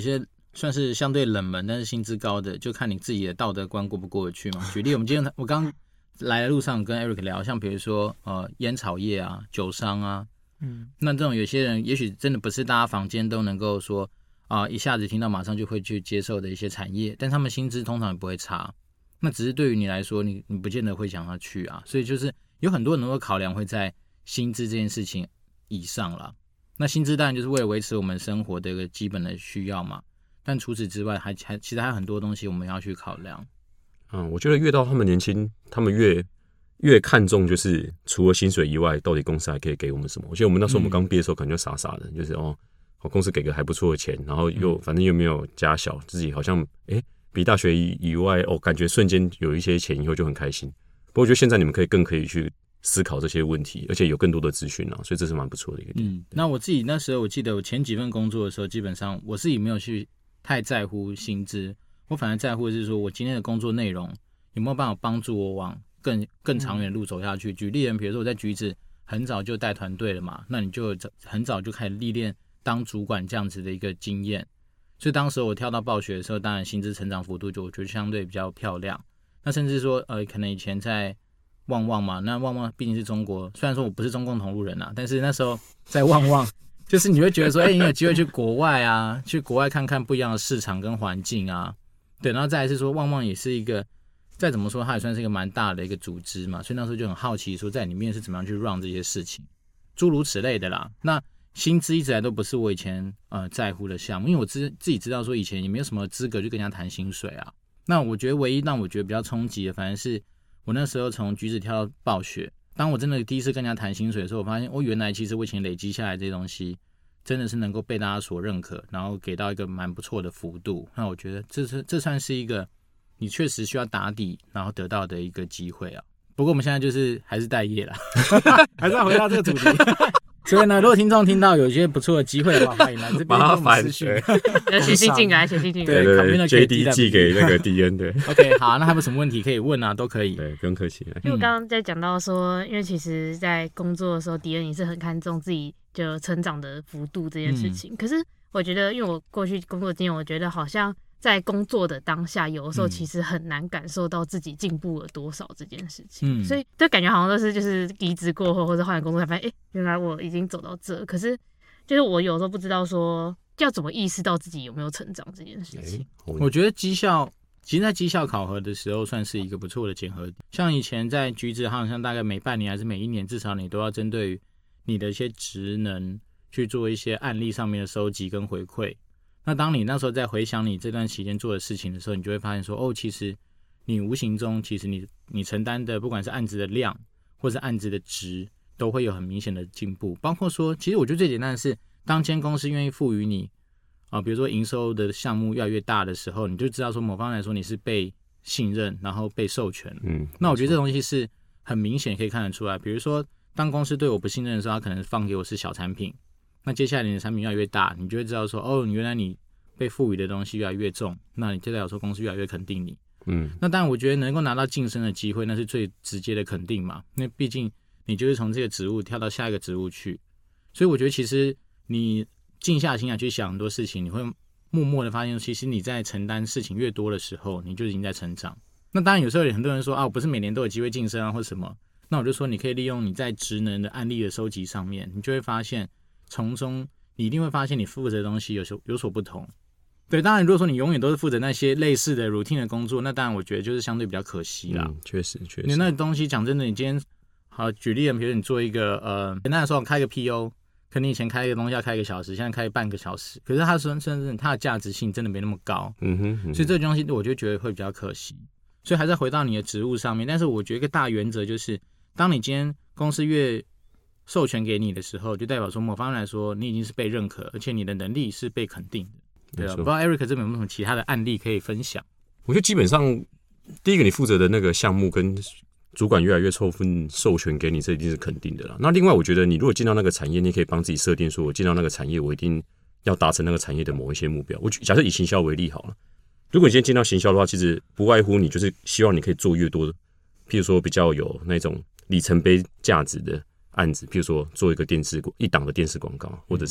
算是相对冷门，但是薪资高的，就看你自己的道德观过不过得去嘛。举例，我刚来的路上跟 Eric 聊，像比如说烟草业啊、酒商啊，那这种有些人也许真的不是大家坊间都能够说一下子听到马上就会去接受的一些产业，但他们薪资通常也不会差。那只是对于你来说，你不见得会想要去啊，所以就是有很多很多考量会在薪资这件事情以上啦。那薪资当然就是为了维持我们生活的一个基本的需要嘛，但除此之外其实还有很多东西我们要去考量。 我觉得越到他们年轻，他们越看重就是除了薪水以外，到底公司还可以给我们什么。我记得我们那时候我们刚毕业的时候，可能就傻傻的，就是公司给个还不错的钱，然后反正又没有加小，自己好像比大学以外感觉瞬间有一些钱以后就很开心。不过我觉得现在你们更可以去思考这些问题，而且有更多的资讯啊，所以这是蛮不错的一个点。 那我自己那时候我记得我前几份工作的时候，基本上我自己没有去太在乎薪资，我反而在乎的是说我今天的工作内容有没有办法帮助我往更长远的路走下去。举例人，比如说我在橘子很早就带团队了嘛，那你就很早就开始历练当主管这样子的一个经验。所以当时我跳到暴雪的时候，当然薪资成长幅度就我觉得相对比较漂亮。那甚至说可能以前在旺旺嘛，那旺旺毕竟是中国，虽然说我不是中共同路人啊，但是那时候在旺旺就是你会觉得说你有机会去国外啊，去国外看看不一样的市场跟环境啊。对，然后再来是说旺旺也是一个再怎么说它也算是一个蛮大的一个组织嘛，所以那时候就很好奇说在里面是怎么样去 run 这些事情，诸如此类的啦。那薪资一直来都不是我以前在乎的项目，因为我自己知道说以前也没有什么资格去跟人家谈薪水啊。那我觉得唯一让我觉得比较冲击的，反而是我那时候从橘子跳到暴雪，当我真的第一次跟人家谈薪水的时候，我发现原来其实我以前累积下来这些东西真的是能够被大家所认可，然后给到一个蛮不错的幅度。那我觉得这算是一个你确实需要打底然后得到的一个机会啊。不过我们现在就是还是待业啦还是要回到这个主题所以呢，如果听众听到有一些不错的机会的话，欢迎来这边跟我们私讯， 写信进来，写信进来。 对 ，JD 寄给那个 DN 对。 OK， 好，那还有什么问题可以问啊？都可以。 对，不用客气。 因为我刚刚在讲到说，因为其实在工作的时候，迪恩也是很看重自己就成长的幅度这件事情。可是我觉得，因为我过去工作经验，我觉得好像在工作的当下，有的时候其实很难感受到自己进步了多少这件事情。所以就感觉好像都是就是离职过后或者换了工作才发现，原来我已经走到这。可是就是我有时候不知道说要怎么意识到自己有没有成长这件事情。 我觉得绩效其实在绩效考核的时候算是一个不错的检核点。像以前在橘子好像大概每半年还是每一年，至少你都要针对于你的一些职能去做一些案例上面的收集跟回馈。那当你那时候在回想你这段期间做的事情的时候，你就会发现说其实你无形中其实你承担的不管是案子的量或是案子的值都会有很明显的进步。包括说其实我觉得最简单的是当间公司愿意赋予你比如说营收的项目越来越大的时候，你就知道说某方来说你是被信任然后被授权。那我觉得这东西是很明显可以看得出来。比如说当公司对我不信任的时候，他可能放给我是小产品，那接下来你的产品越来越大，你就会知道说原来你被赋予的东西越来越重，那你就代表说公司越来越肯定你。那当然我觉得能够拿到晋升的机会，那是最直接的肯定嘛，因为毕竟你就是从这个职务跳到下一个职务去。所以我觉得其实你静下心来去想很多事情，你会默默的发现其实你在承担事情越多的时候，你就已经在成长。那当然有时候有很多人说我不是每年都有机会晋升啊或什么，那我就说你可以利用你在职能的案例的收集上面，你就会发现从中你一定会发现你负责的东西有所不同。对，当然如果说你永远都是负责那些类似的 routine 的工作，那当然我觉得就是相对比较可惜啦。 确实你那东西讲真的，你今天好举例，比如你做一个简单的说开一个 PO， 可能你以前开一个东西要开1个小时，现在开半个小时，可是它甚至它的价值性真的没那么高。所以这个东西我就觉得会比较可惜。所以还是回到你的职务上面，但是我觉得一个大原则就是，当你今天公司越授权给你的时候，就代表说某方面来说你已经是被认可，而且你的能力是被肯定的。对啊，不知道 Eric 这边有没有什么其他的案例可以分享？ 我觉得基本上第一个你负责的那个项目跟主管越来越充分授权给你，这一定是肯定的啦。那另外我觉得你如果进到那个产业，你可以帮自己设定说我进到那个产业我一定要达成那个产业的某一些目标。我假设以行销为例好了，如果你今天进到行销的话，其实不外乎你就是希望你可以做越多的譬如说比较有那种里程碑价值的案子，譬如说做一档的电视广告，或者是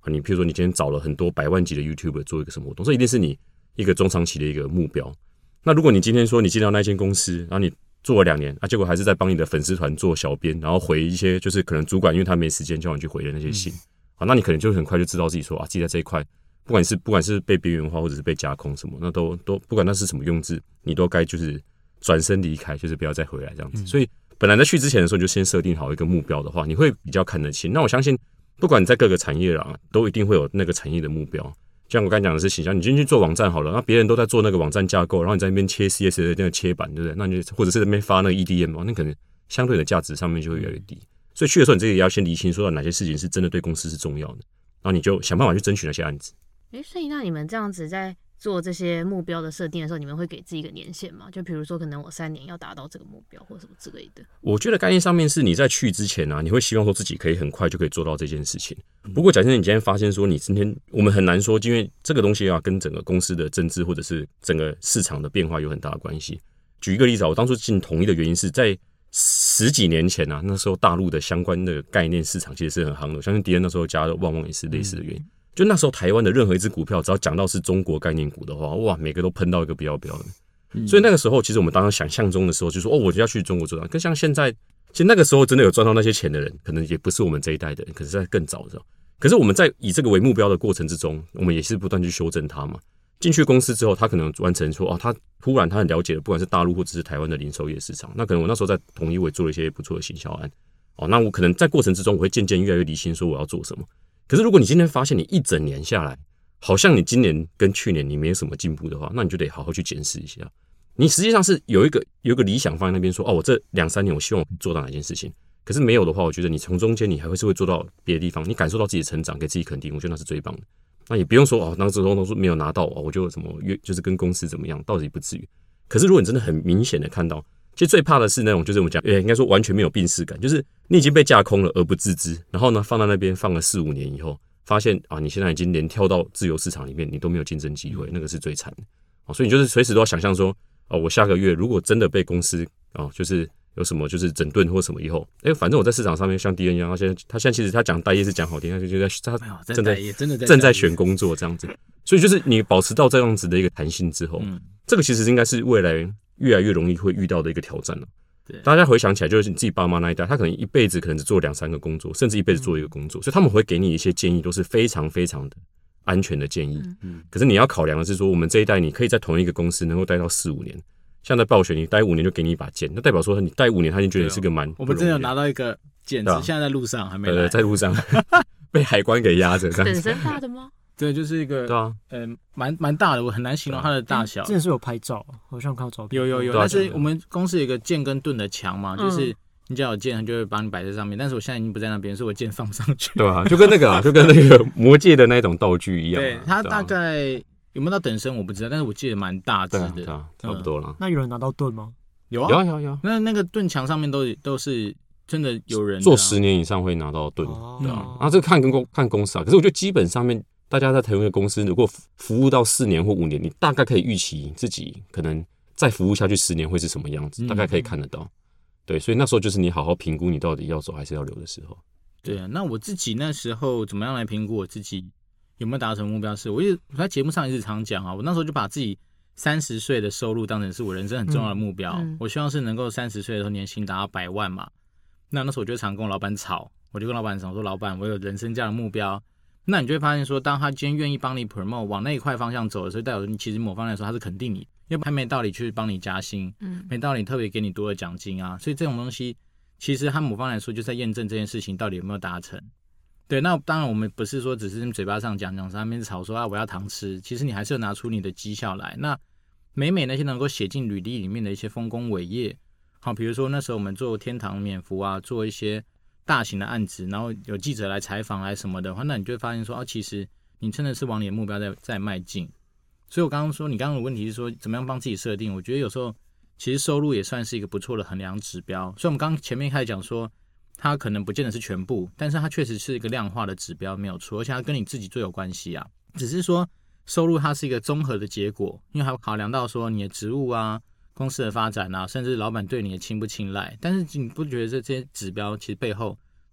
你譬如说你今天找了很多百万级的 YouTuber 做一个什么活动，这一定是你一个中长期的一个目标。那如果你今天说你进到那间公司，然后你做了2年结果还是在帮你的粉丝团做小编，然后回一些就是可能主管因为他没时间叫你去回的那些信，那你可能就很快就知道自己说自己在这一块不管是被边缘化或者是被架空什么，那都不管那是什么用字，你都该就是转身离开，就是不要再回来这样子。所以本来在去之前的时候，你就先设定好一个目标的话，你会比较看得清。那我相信，不管你在各个产业啦，都一定会有那个产业的目标。像我刚才讲的是形象，你进去做网站好了，那别人都在做那个网站架构，然后你在那边切 CSS 的那个切板，对不对？那你或者是在那边发那个 EDM 那可能相对的价值上面就会越来越低。所以去的时候，你这个也要先厘清，说哪些事情是真的对公司是重要的，然后你就想办法去争取那些案子。 所以那你们这样子在做这些目标的设定的时候，你们会给自己一个年限吗？就比如说，可能我3年要达到这个目标，或什么之类的。 我觉得概念上面是你在去之前你会希望说自己可以很快就可以做到这件事情。不过，假设你今天发现说我们很难说，因为这个东西跟整个公司的政治或者是整个市场的变化有很大的关系。举一个例子我当初进统一的原因是在10几年前那时候大陆的相关的概念市场其实是很夯的，我相信迪恩那时候加的旺旺也是类似的原因。就那时候台湾的任何一只股票，只要讲到是中国概念股的话，哇，每个都喷到一个不要不要的。所以那个时候，其实我们当时想象中的时候，就说我就要去中国做。可像现在，其实那个时候真的有赚到那些钱的人，可能也不是我们这一代的人，可是在更早的时候。可是我们在以这个为目标的过程之中，我们也是不断去修正它嘛。进去公司之后，他可能完成说他突然他很了解了，不管是大陆或者是台湾的零售业市场。那可能我那时候在统一我也做了一些不错的行销案。那我可能在过程之中，我会渐渐越来越理清说我要做什么。可是如果你今天发现你一整年下来，好像你今年跟去年你没有什么进步的话，那你就得好好去检视一下。你实际上是有一个理想放在那边说，我这2-3年我希望我做到哪件事情。可是没有的话，我觉得你从中间你还会做到别的地方，你感受到自己的成长，给自己肯定，我觉得那是最棒的。那也不用说那时候都没有拿到我就什么就是跟公司怎么样，倒是不至于。可是如果你真的很明显的看到，其实最怕的是那种就是我们讲应该说完全没有病识感，就是你已经被架空了而不自知，然后呢放在那边放了4-5年以后，发现你现在已经连跳到自由市场里面你都没有竞争机会，那个是最惨的。所以你就是随时都要想象说我下个月如果真的被公司就是有什么就是整顿或什么以后，反正我在市场上面像 DN 一样，他现在其实他讲待业是讲好听，他正在选工作这样子。所以就是你保持到这样子的一个弹性之后，这个其实应该是未来越来越容易会遇到的一个挑战了。大家回想起来，就是你自己爸妈那一代，他可能一辈子可能只做2-3个工作，甚至一辈子做一个工作，所以他们会给你一些建议，都是非常非常的安全的建议。可是你要考量的是说，我们这一代你可以在同一个公司能够待到4-5年。像在暴雪，你待5年就给你一把剑，那代表说你待5年，他已经觉得你是个蛮…… 我们真的有拿到一个剑，现在在路上还没来， 在路上被海关给压着，这样本身大的吗？ 对，就是一个蛮大的，我很难形容它的大小。 之前是有拍照，好像看到照片。 有，但是我们公司有一个剑跟盾的墙嘛，就是你只要有剑，他就会把你摆在上面。但是我现在已经不在那边，所以我剑放不上去。 对啊，就跟那个魔界的那种道具一样。 对，它大概。有没有到等身我不知道，但是我记得蛮大只的， 差不多了。 那有人拿到盾吗？ 有啊。那个盾墙上面都是真的有人做10年以上会拿到盾，对啊。这个看公司可是我觉得基本上面大家在同一个公司，如果服务到4年或5年，你大概可以预期自己可能再服务下去10年会是什么样子，大概可以看得到。对，所以那时候就是你好好评估你到底要走还是要留的时候。 对啊，那我自己那时候怎么样来评估我自己？有没有达成目标？我在节目上也是常讲我那时候就把自己30岁的收入当成是我人生很重要的目标。我希望是能够30岁的时候年薪达到100万嘛。那时候我就常跟我老板吵，我就跟老板讲说，老板，我有人生这样的目标。那你就会发现说，当他今天愿意帮你 promote 往那一块方向走的时候，代表你其实某方面来说他是肯定你，因为他没道理去帮你加薪，没道理特别给你多的奖金啊。所以这种东西其实他某方面来说就在验证这件事情到底有没有达成。对，那当然我们不是说只是嘴巴上讲上面吵说我要糖吃，其实你还是要拿出你的绩效来。那每那些能够写进履历里面的一些丰功伟业，好，比如说那时候我们做天堂免服做一些大型的案子，然后有记者来采访来什么的话，那你就会发现说其实你真的是往你的目标在迈进。所以我刚刚说，你刚刚的问题是说怎么样帮自己设定，我觉得有时候其实收入也算是一个不错的衡量指标。所以我们刚刚前面开始讲说，它可能不见得是全部，但是它确实是一个量化的指标，没有错，而且它跟你自己最有关系啊。只是说收入它是一个综合的结果，因为还考量到说你的职务公司的发展甚至老板对你的青不青睐。但是你不觉得这些指标其实背后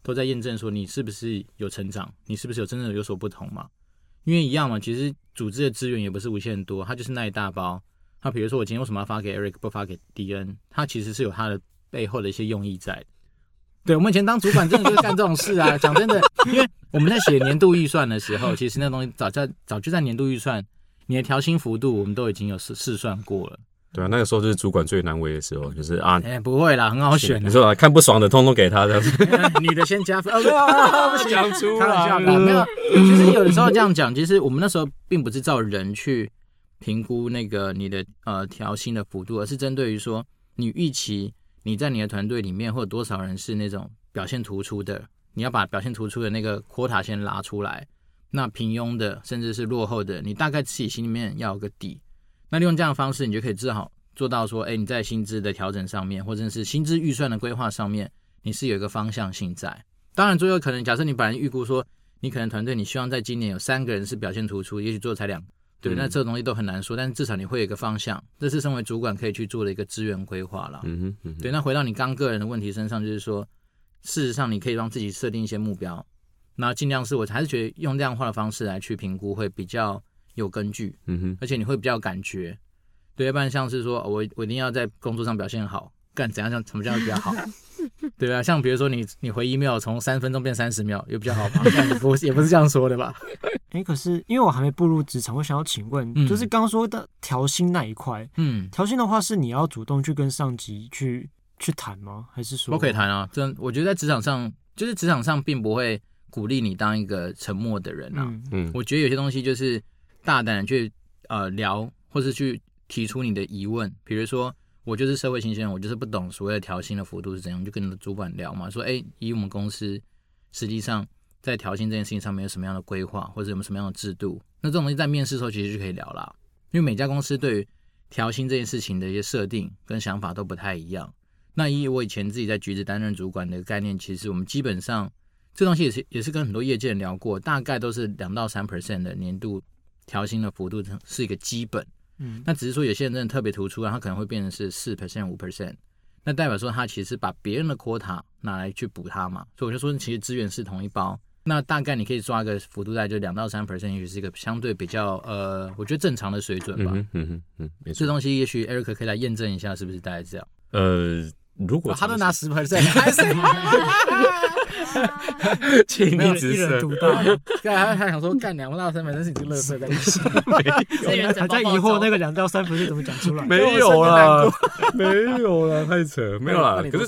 都在验证说你是不是有成长，你是不是有真正的有所不同嘛？因为一样嘛，其实组织的资源也不是无限多，它就是那一大包。那比如说我今天为什么要发给 Eric 不发给 DN， 他其实是有他的背后的一些用意在的。对，我们以前当主管真的就是干这种事啊。讲真的，因为我们在写年度预算的时候，其实那东西早就在年度预算，你的调薪幅度我们都已经有试算过了。 对啊，那个时候就是主管最难为的时候，就是啊， 不会啦，很好选。 你说啊，看不爽的通通给他这样子， 你的先加分。没有，不讲出来， 开玩笑的，没有。其实有的时候这样讲，其实我们那时候并不是照人去评估那个你的调薪的幅度，而是针对于说你预期你在你的团队里面会有多少人是那种表现突出的，你要把表现突出的那个 quota 先拉出来。那平庸的甚至是落后的，你大概自己心里面要有个底。那利用这样的方式，你就可以至少做到说，你在薪资的调整上面，或者是薪资预算的规划上面，你是有一个方向性在。当然，最后可能假设你本来预估说，你可能团队你希望在今年有3个人是表现突出，也许做才2个，对，那这个东西都很难说，但是至少你会有一个方向，这是身为主管可以去做的一个资源规划啦。对，那回到你刚个人的问题身上，就是说，事实上你可以让自己设定一些目标，那尽量是我还是觉得用量化的方式来去评估会比较有根据，而且你会比较有感觉。对，要不然像是说我一定要在工作上表现好，干怎样怎么这样比较好？对啊，像比如说你回 email 从3分钟变30秒，又比较好吧？也不是这样说的吧？ 可是因为我还没步入职场，我想要请问，就是刚说的调薪那一块，调薪的话是你要主动去跟上级去谈吗？还是说都可以谈啊？我觉得在职场上，就是职场上并不会鼓励你当一个沉默的人啊。我觉得有些东西就是大胆的去聊，或是去提出你的疑问，比如说我就是社会新鲜人，我就是不懂所谓的调薪的幅度是怎样，就跟你的主管聊嘛，说以我们公司实际上在调薪这件事情上面有什么样的规划，或者有没有什么样的制度，那这种东西在面试的时候其实就可以聊啦。因为每家公司对于调薪这件事情的一些设定跟想法都不太一样。那以我以前自己在橘子担任主管的概念，其实我们基本上这东西也是跟很多业界人聊过，大概都是2到3% 的年度调薪的幅度是一个基本。那只是说有些人真的特别突出，他可能会变成是4% 5%，那代表说他其实把别人的 quota 拿来去补他嘛，所以我就说其实资源是同一包，那大概你可以抓个幅度在就2到3%，也许是一个相对比较我觉得正常的水准吧。没错，这东西也许 Eric 可以来验证一下是不是大概这样。 如果他都拿10%， 请你一人独大。 他想说干2到3%，但是已经垃圾在一起， 还在疑惑那个2到3%怎么讲出来？ 没有啦，没有啦，太扯，没有啦。可是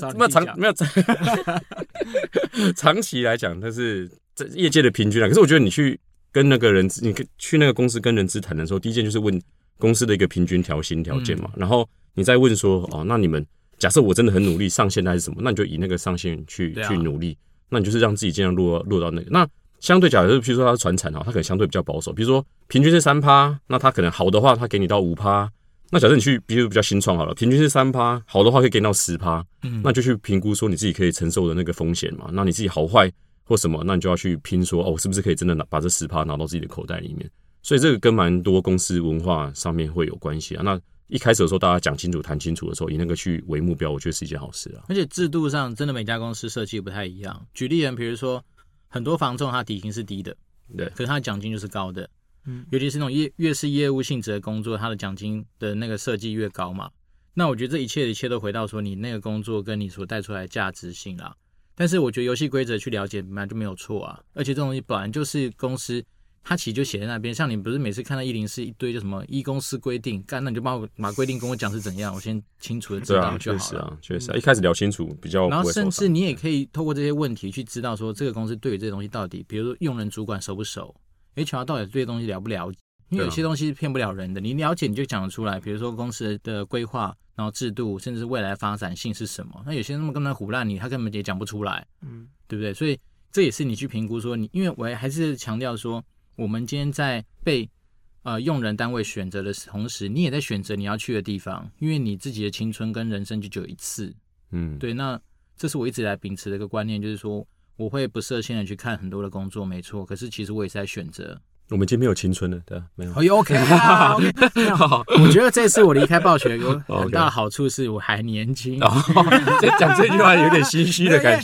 长期来讲，它是这业界的平均啦。可是我觉得你去跟那个人，你去那个公司跟人资谈的时候，第一件就是问公司的一个平均调薪条件嘛，然后你再问说那你们。假设我真的很努力，上限还是什么，那你就以那个上限去努力，那你就是让自己尽量落到那个。那相对假如比如说他是传产他可能相对比较保守，比如说平均是3%，那他可能好的话他给你到5%。那假设你去比如比较新创好了，平均是3%，好的话可以给你到10%，那就去评估说你自己可以承受的那个风险嘛。那你自己好坏或什么，那你就要去拼说我是不是可以真的把这10%拿到自己的口袋里面。所以这个跟蛮多公司文化上面会有关系啊。那一开始的时候，大家讲清楚、谈清楚的时候，以那个去为目标，我觉得是一件好事啊。 而且制度上，真的每家公司设计不太一样。举例人，比如说很多房仲，他底薪是低的， 对， 可是他的奖金就是高的。尤其是那种越是业务性质的工作，他的奖金的那个设计越高嘛。那我觉得这一切都回到说你那个工作跟你所带出来的价值性啦。但是我觉得游戏规则去了解本来就没有错啊，而且这种东西本来就是公司。他其实就写在那边，像你不是每次看到104一堆就什么依公司规定，干那你就把规定跟我讲是怎样，我先清楚的知道就好了。 确实啊，一开始聊清楚比较不会受伤。 然后甚至你也可以透过这些问题去知道说这个公司对于这些东西到底，比如说用人主管熟不熟 ，HR 到底对这些东西了不了解？因为有些东西是骗不了人的，你了解你就讲得出来。比如说公司的规划，然后制度，甚至是未来发展性是什么？那有些人根本唬烂你，他根本也讲不出来，对不对？所以这也是你去评估说因为我还是强调说。我们今天在被用人单位选择的同时，你也在选择你要去的地方，因为你自己的青春跟人生就只有一次。对，那这是我一直来秉持的一个观念，就是说我会不设限的去看很多的工作，没错。可是其实我也是在选择。 我们已经没有青春了，对吧？没有。 OK 啊，我觉得这次我离开暴雪有很大的好处是我还年轻。 讲这句话有点心虚的感觉。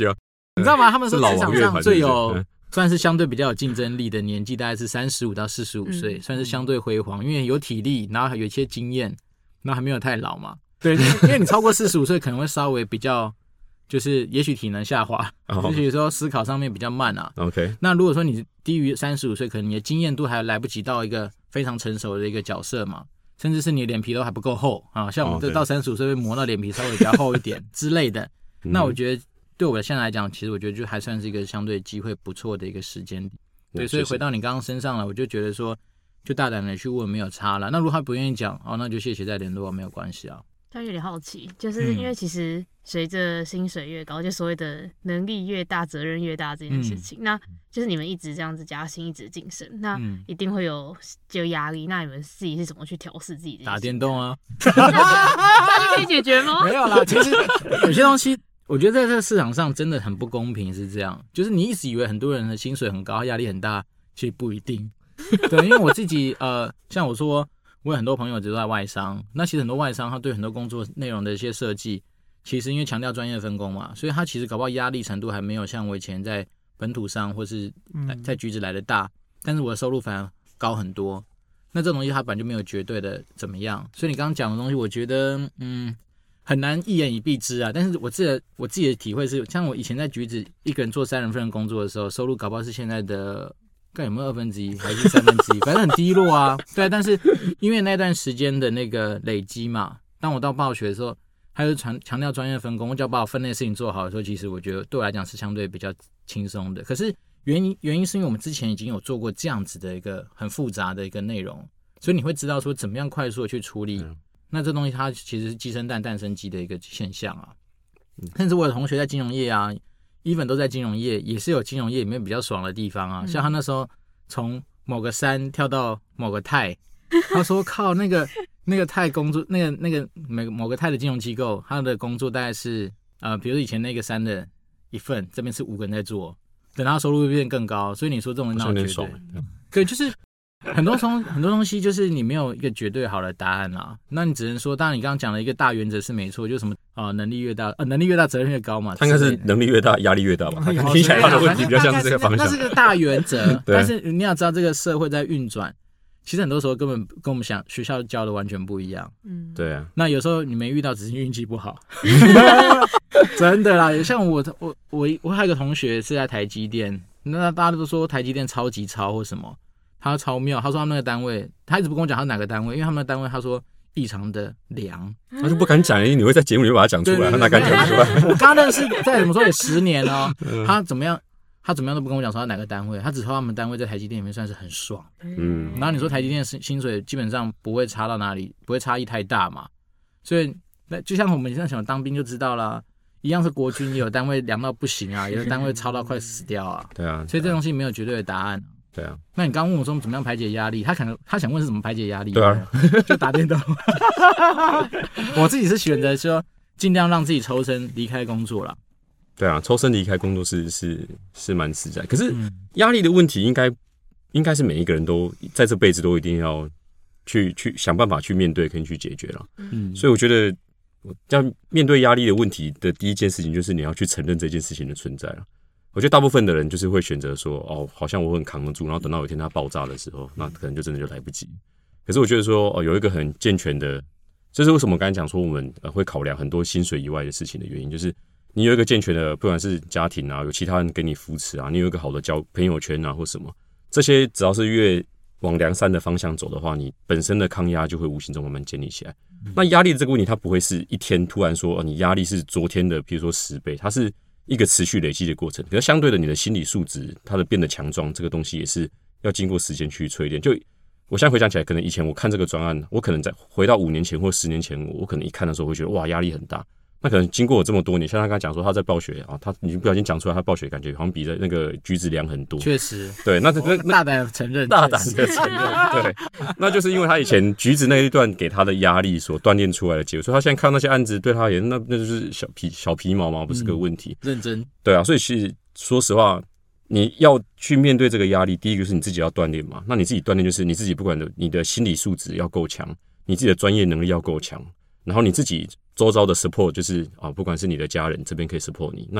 你知道吗？他们说是老职场上王乐团是不最有是算是相对比较有竞争力的年纪，大概是35到45岁，算是相对辉煌，因为有体力，然后还有一些经验，然后还没有太老嘛。对，因为你超过45岁可能会稍微比较，就是也许体能下滑，也许说思考上面比较慢啊。 OK， 那如果说你低于35岁，可能你的经验度还来不及到一个非常成熟的一个角色嘛，甚至是你的脸皮都还不够厚啊。像我们这到35岁会磨到脸皮稍微比较厚一点之类的。那我觉得对我现在来讲，其实我觉得就还算是一个相对机会不错的一个时间点。对，所以回到你刚刚身上了，我就觉得说，就大胆的去问没有差了。那如果他不愿意讲，那就谢谢再联络，没有关系啊。 但有点好奇，就是因为其实随着薪水越高，就所谓的能力越大，责任越大这件事情，那就是你们一直这样子加薪，一直晋升，那一定会有压力。那你们自己是怎么去调试自己的？ 打电动啊， 那就可以解决吗？ 没有啦，其实有些东西，我觉得在这个市场上真的很不公平，是这样。就是你一直以为很多人的薪水很高，压力很大，其实不一定。对，因为我自己像我说。我有很多朋友都在外商，那其实很多外商他对很多工作内容的一些设计，其实因为强调专业分工嘛，所以他其实搞不好压力程度还没有像我以前在本土上或是在橘子来的大，但是我的收入反而高很多。那这东西它本来就没有绝对的怎么样，所以你刚刚讲的东西，我觉得很难一言以蔽之啊。但是我自己的体会是，像我以前在橘子一个人做3人份工作的时候，收入搞不好是现在的。看有没有1/2还是1/3，反正很低落啊。对，但是因为那段时间的那个累积嘛，当我到暴雪的时候，他就强调专业分工，我只要把我分内的事情做好的时候，其实我觉得对我来讲是相对比较轻松的。可是原因是因为我们之前已经有做过这样子的一个很复杂的一个内容，所以你会知道说怎么样快速的去处理。那这东西它其实是鸡生蛋，蛋生鸡的一个现象啊。甚至我有同学在金融业啊。even 都在金融业，也是有金融业里面比较爽的地方啊。像他那时候从某个山跳到某个泰，他说靠那个泰工作，那个某个泰的金融机构，他的工作大概是比如以前那个山的一份，这边是5个人在做，等他收入会变更高。所以你说这种那我觉得，对，就是很多东西就是你没有一个绝对好的答案啦。那你只能说，当然你刚刚讲的一个大原则是没错，就是什么能力越大，责任越高嘛。 他应该是能力越大，压力越大吧？听起来他的问题比较像是这个方向。 那是个大原则，但是你要知道这个社会在运转，其实很多时候根本跟我们学校教的完全不一样。 对啊。 那有时候你没遇到，只是运气不好。真的啦，像我还有一个同学是在台积电，那大家都说台积电超级超或什么。他超妙，他说他们那个单位，他一直不跟我讲他是哪个单位，因为他们的单位他说异常的凉， 他就不敢讲，你会在节目里面把它讲出来，他哪敢讲出来？ 我刚认识再怎么说也10年哦，他怎么样都不跟我讲说他哪个单位，他只说他们单位在台积电里面算是很爽。然后你说台积电薪水基本上不会差到哪里，不会差异太大嘛，所以那就像我们现在想当兵就知道啦。一样是国军，也有单位凉到不行啊，有的单位超到快死掉啊。 对啊， 所以这东西没有绝对的答案。 对啊， 那你刚问我说怎么样排解压力，他想问是怎么排解压力？ 对啊， 就打电动。我自己是选择说尽量让自己抽身离开工作啦。 对啊，抽身离开工作是蛮实在，可是压力的问题应该是每一个人都在这辈子都一定要去想办法去面对跟去解决了。所以我觉得要面对压力的问题的第一件事情就是你要去承认这件事情的存在了。我觉得大部分的人就是会选择说，好像我很扛得住，然后等到有一天它爆炸的时候，那可能就真的就来不及。可是我觉得说，有一个很健全的，这是为什么我刚才讲说我们会考量很多薪水以外的事情的原因，就是你有一个健全的，不管是家庭啊，有其他人给你扶持啊，你有一个好的朋友圈啊或什么，这些只要是越往良善的方向走的话，你本身的抗压就会无形中慢慢建立起来。那压力的这个问题，它不会是一天突然说，你压力是昨天的，比如说10倍，它是一个持续累积的过程，可是相对的，你的心理素质它的变得强壮，这个东西也是要经过时间去淬炼。就我现在回想起来，可能以前我看这个专案，我可能在回到5年前或10年前，我可能一看的时候会觉得哇压力很大。那可能经过我这么多年，像他刚才讲说他在暴雪啊，他你不小心讲出来，他暴雪感觉好像比在那个橘子凉很多。 确实， 对，那大胆承认， 大胆的承认，对，那就是因为他以前橘子那一段给他的压力所锻炼出来的结果，所以他现在看到那些案子对他而言，那就是小皮毛嘛，不是个问题。 认真， 对啊，所以其实说实话，你要去面对这个压力，第一个是你自己要锻炼嘛。那你自己锻炼就是你自己不管你的心理素质要够强，你自己的专业能力要够强，然后你自己周遭的 support 就是不管是你的家人这边可以 support 你，那你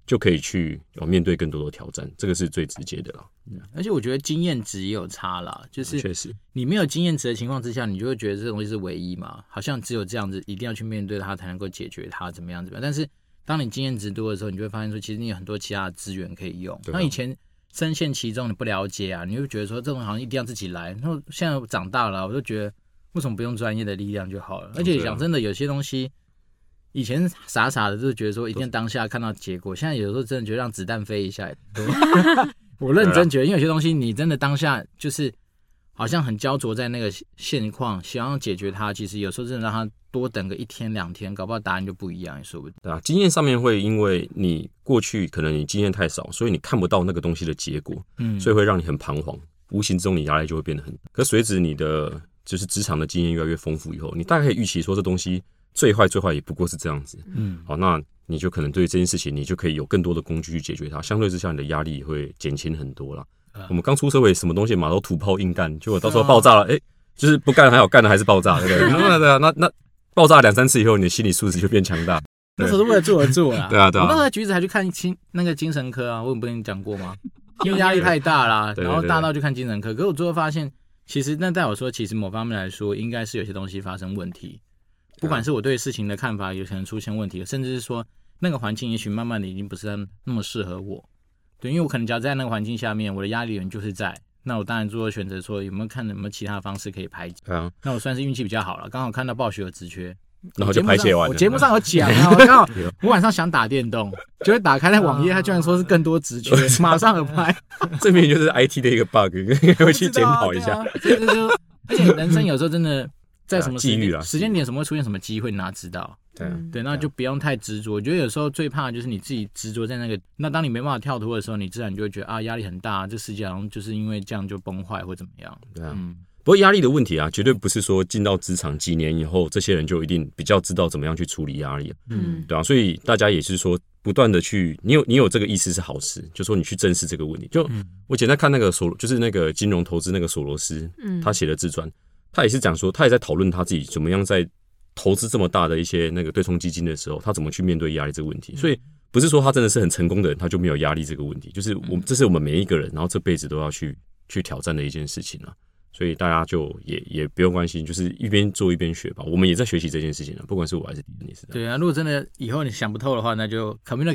就可以去面对更多的挑战，这个是最直接的啦。 而且我觉得经验值也有差啦，就是确实你没有经验值的情况之下，你就会觉得这东西是唯一嘛，好像只有这样子，一定要去面对它才能够解决它，怎么样。但是当你经验值多的时候，你就会发现说，其实你有很多其他的资源可以用。那以前深陷其中，你不了解啊，你会觉得说这种好像一定要自己来。然后现在长大了，我就觉得为什么不用专业的力量就好了？而且讲真的，有些东西。以前傻傻的就觉得说一定当下看到结果，现在有时候真的觉得让子弹飞一下。我认真觉得，因为有些东西你真的当下就是好像很焦灼在那个现况，想要解决它，其实有时候真的让它多等个1天2天，搞不好答案就不一样，也说不定。 对啊，经验上面会因为你过去可能你经验太少，所以你看不到那个东西的结果，所以会让你很彷徨，无形中你压力就会变得很大。可随着你的就是职场的经验越来越丰富以后，你大概可以预期说这东西。最坏也不过是这样子，好，那你就可能对这件事情，你就可以有更多的工具去解决它。相对之下，你的压力也会减轻很多啦。我们刚出社会，什么东西嘛都土炮硬干，结果到时候爆炸了，就是不干还好，干了还是爆炸，对不对？那爆炸2、3次以后，你的心理素质就变强大。 那时候是为了做而做啦。 对啊。 我那时候橘子还去看那个精神科啊，我有不跟你讲过吗？因为压力太大啦，然后大到就看精神科。可是我最后发现，其实那代表说，其实某方面来说，应该是有些东西发生问题。不管是我对事情的看法有可能出现问题，甚至是说那个环境也许慢慢的已经不是那么适合我，对，因为我可能只要在那个环境下面，我的压力源就是在，那我当然做选择说有没有其他方式可以排解。那我算是运气比较好了，刚好看到暴雪有职缺， 然后就排解完了。 我节目上有讲啊，我刚好我晚上想打电动，就会打开那网页，他居然说是更多职缺，马上apply。 这明明就是 IT 的一个 bug， 应该会去检讨一下。 而且人生有时候真的。在什么时间点什么会出现什么机会，你哪知道？对，那就不用太执着。我觉得有时候最怕的就是你自己执着在那个，那当你没办法跳脱的时候，你自然就会觉得啊压力很大，这世界好像就是因为这样就崩坏或怎么样。 对啊，不过压力的问题啊，绝对不是说进到职场几年以后，这些人就一定比较知道怎么样去处理压力。对啊，所以大家也是说，不断的去，你有这个意识是好事，就说你去正视这个问题。就我简单看那个就是那个金融投资那个索罗斯，他写的自传。他也是讲说，他也在讨论他自己怎么样在投资这么大的一些那个对冲基金的时候，他怎么去面对压力这个问题。所以不是说他真的是很成功的人，他就没有压力这个问题。就是这是我们每一个人，然后这辈子都要去挑战的一件事情啊。所以大家就也不用关心，就是一边做一边学吧。我们也在学习这件事情啊，不管是我还是迪恩也是。 对啊，如果真的以后你想不透的话，那就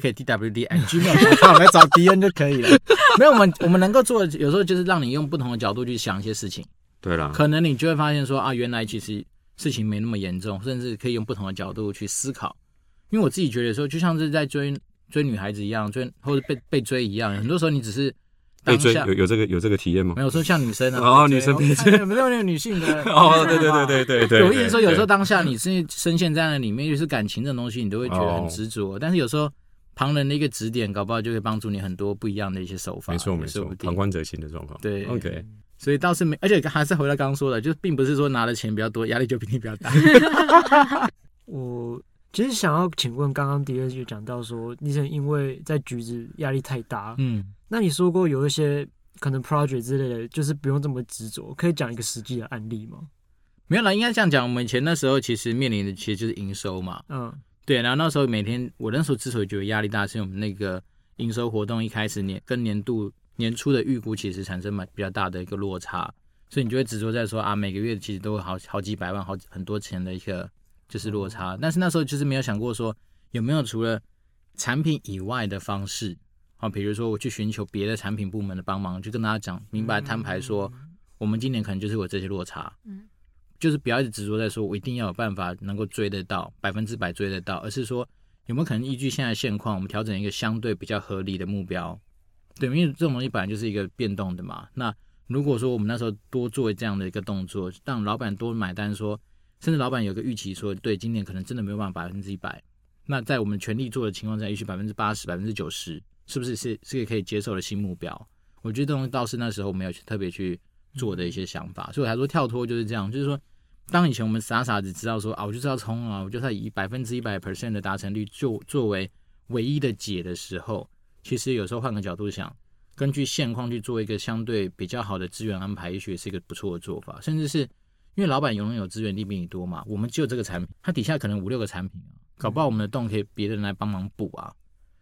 communicate@dwd@gmail.com 来找迪恩就可以了。没有，我们能够做的，有时候就是让你用不同的角度去想一些事情。 对啦， 可能你就会发现说啊，原来其实事情没那么严重，甚至可以用不同的角度去思考。因为我自己觉得说，就像是在追女孩子一样，或者被追一样，很多时候你只是被追有这个体验吗？ 没有说像女生啊， 女生被追， 没有那个女性的对。 有意思说，有时候当下你是深陷在那里面，就是感情这种东西，你都会觉得很执着。但是有时候旁人的一个指点，搞不好就会帮助你很多不一样的一些手法。 没错，旁观者清的状况。 对 ，OK。 所以倒是而且还是回到刚刚说的，就并不是说拿的钱比较多，压力就比你比较大。 我其实想要请问，刚刚迪恩就讲到说，你是因为在橘子压力太大，那你说过有一些可能 project 之类的，就是不用这么执着，可以讲一个实际的案例吗？ 没有啦，应该这样讲，我们以前那时候其实面临的其实就是营收嘛，对，然后那时候每天我那时候之所以觉得压力大，是因为我们那个营收活动一开始跟年初的预估其实产生比较大的一个落差，所以你就会执着在说啊，每个月其实都会好几百万、很多钱的一个就是落差。但是那时候就是没有想过说有没有除了产品以外的方式，比如说我去寻求别的产品部门的帮忙，就跟大家讲明白摊牌说，我们今年可能就是有这些落差，就是不要一直执着在说我一定要有办法能够追得到100%追得到，而是说有没有可能依据现在的现况，我们调整一个相对比较合理的目标。对，因为这种东西本来就是一个变动的嘛。那如果说我们那时候多做这样的一个动作，让老板多买单说，甚至老板有个预期说，对，今年可能真的没有办法100%。那在我们全力做的情况下，也许80%、90%，是不是是个可以接受的新目标？我觉得这东西倒是那时候没有特别去做的一些想法，所以我才说跳脱就是这样，就是说，当以前我们傻只知道说啊，我就是要冲啊，我就是要以100% 的达成率就作为唯一的解的时候。其实有时候换个角度想，根据现况去做一个相对比较好的资源安排，也许也是一个不错的做法。甚至是因为老板拥有资源力比你多嘛，我们只有这个产品，他底下可能5、6个产品啊，搞不好我们的洞可以别人来帮忙补啊。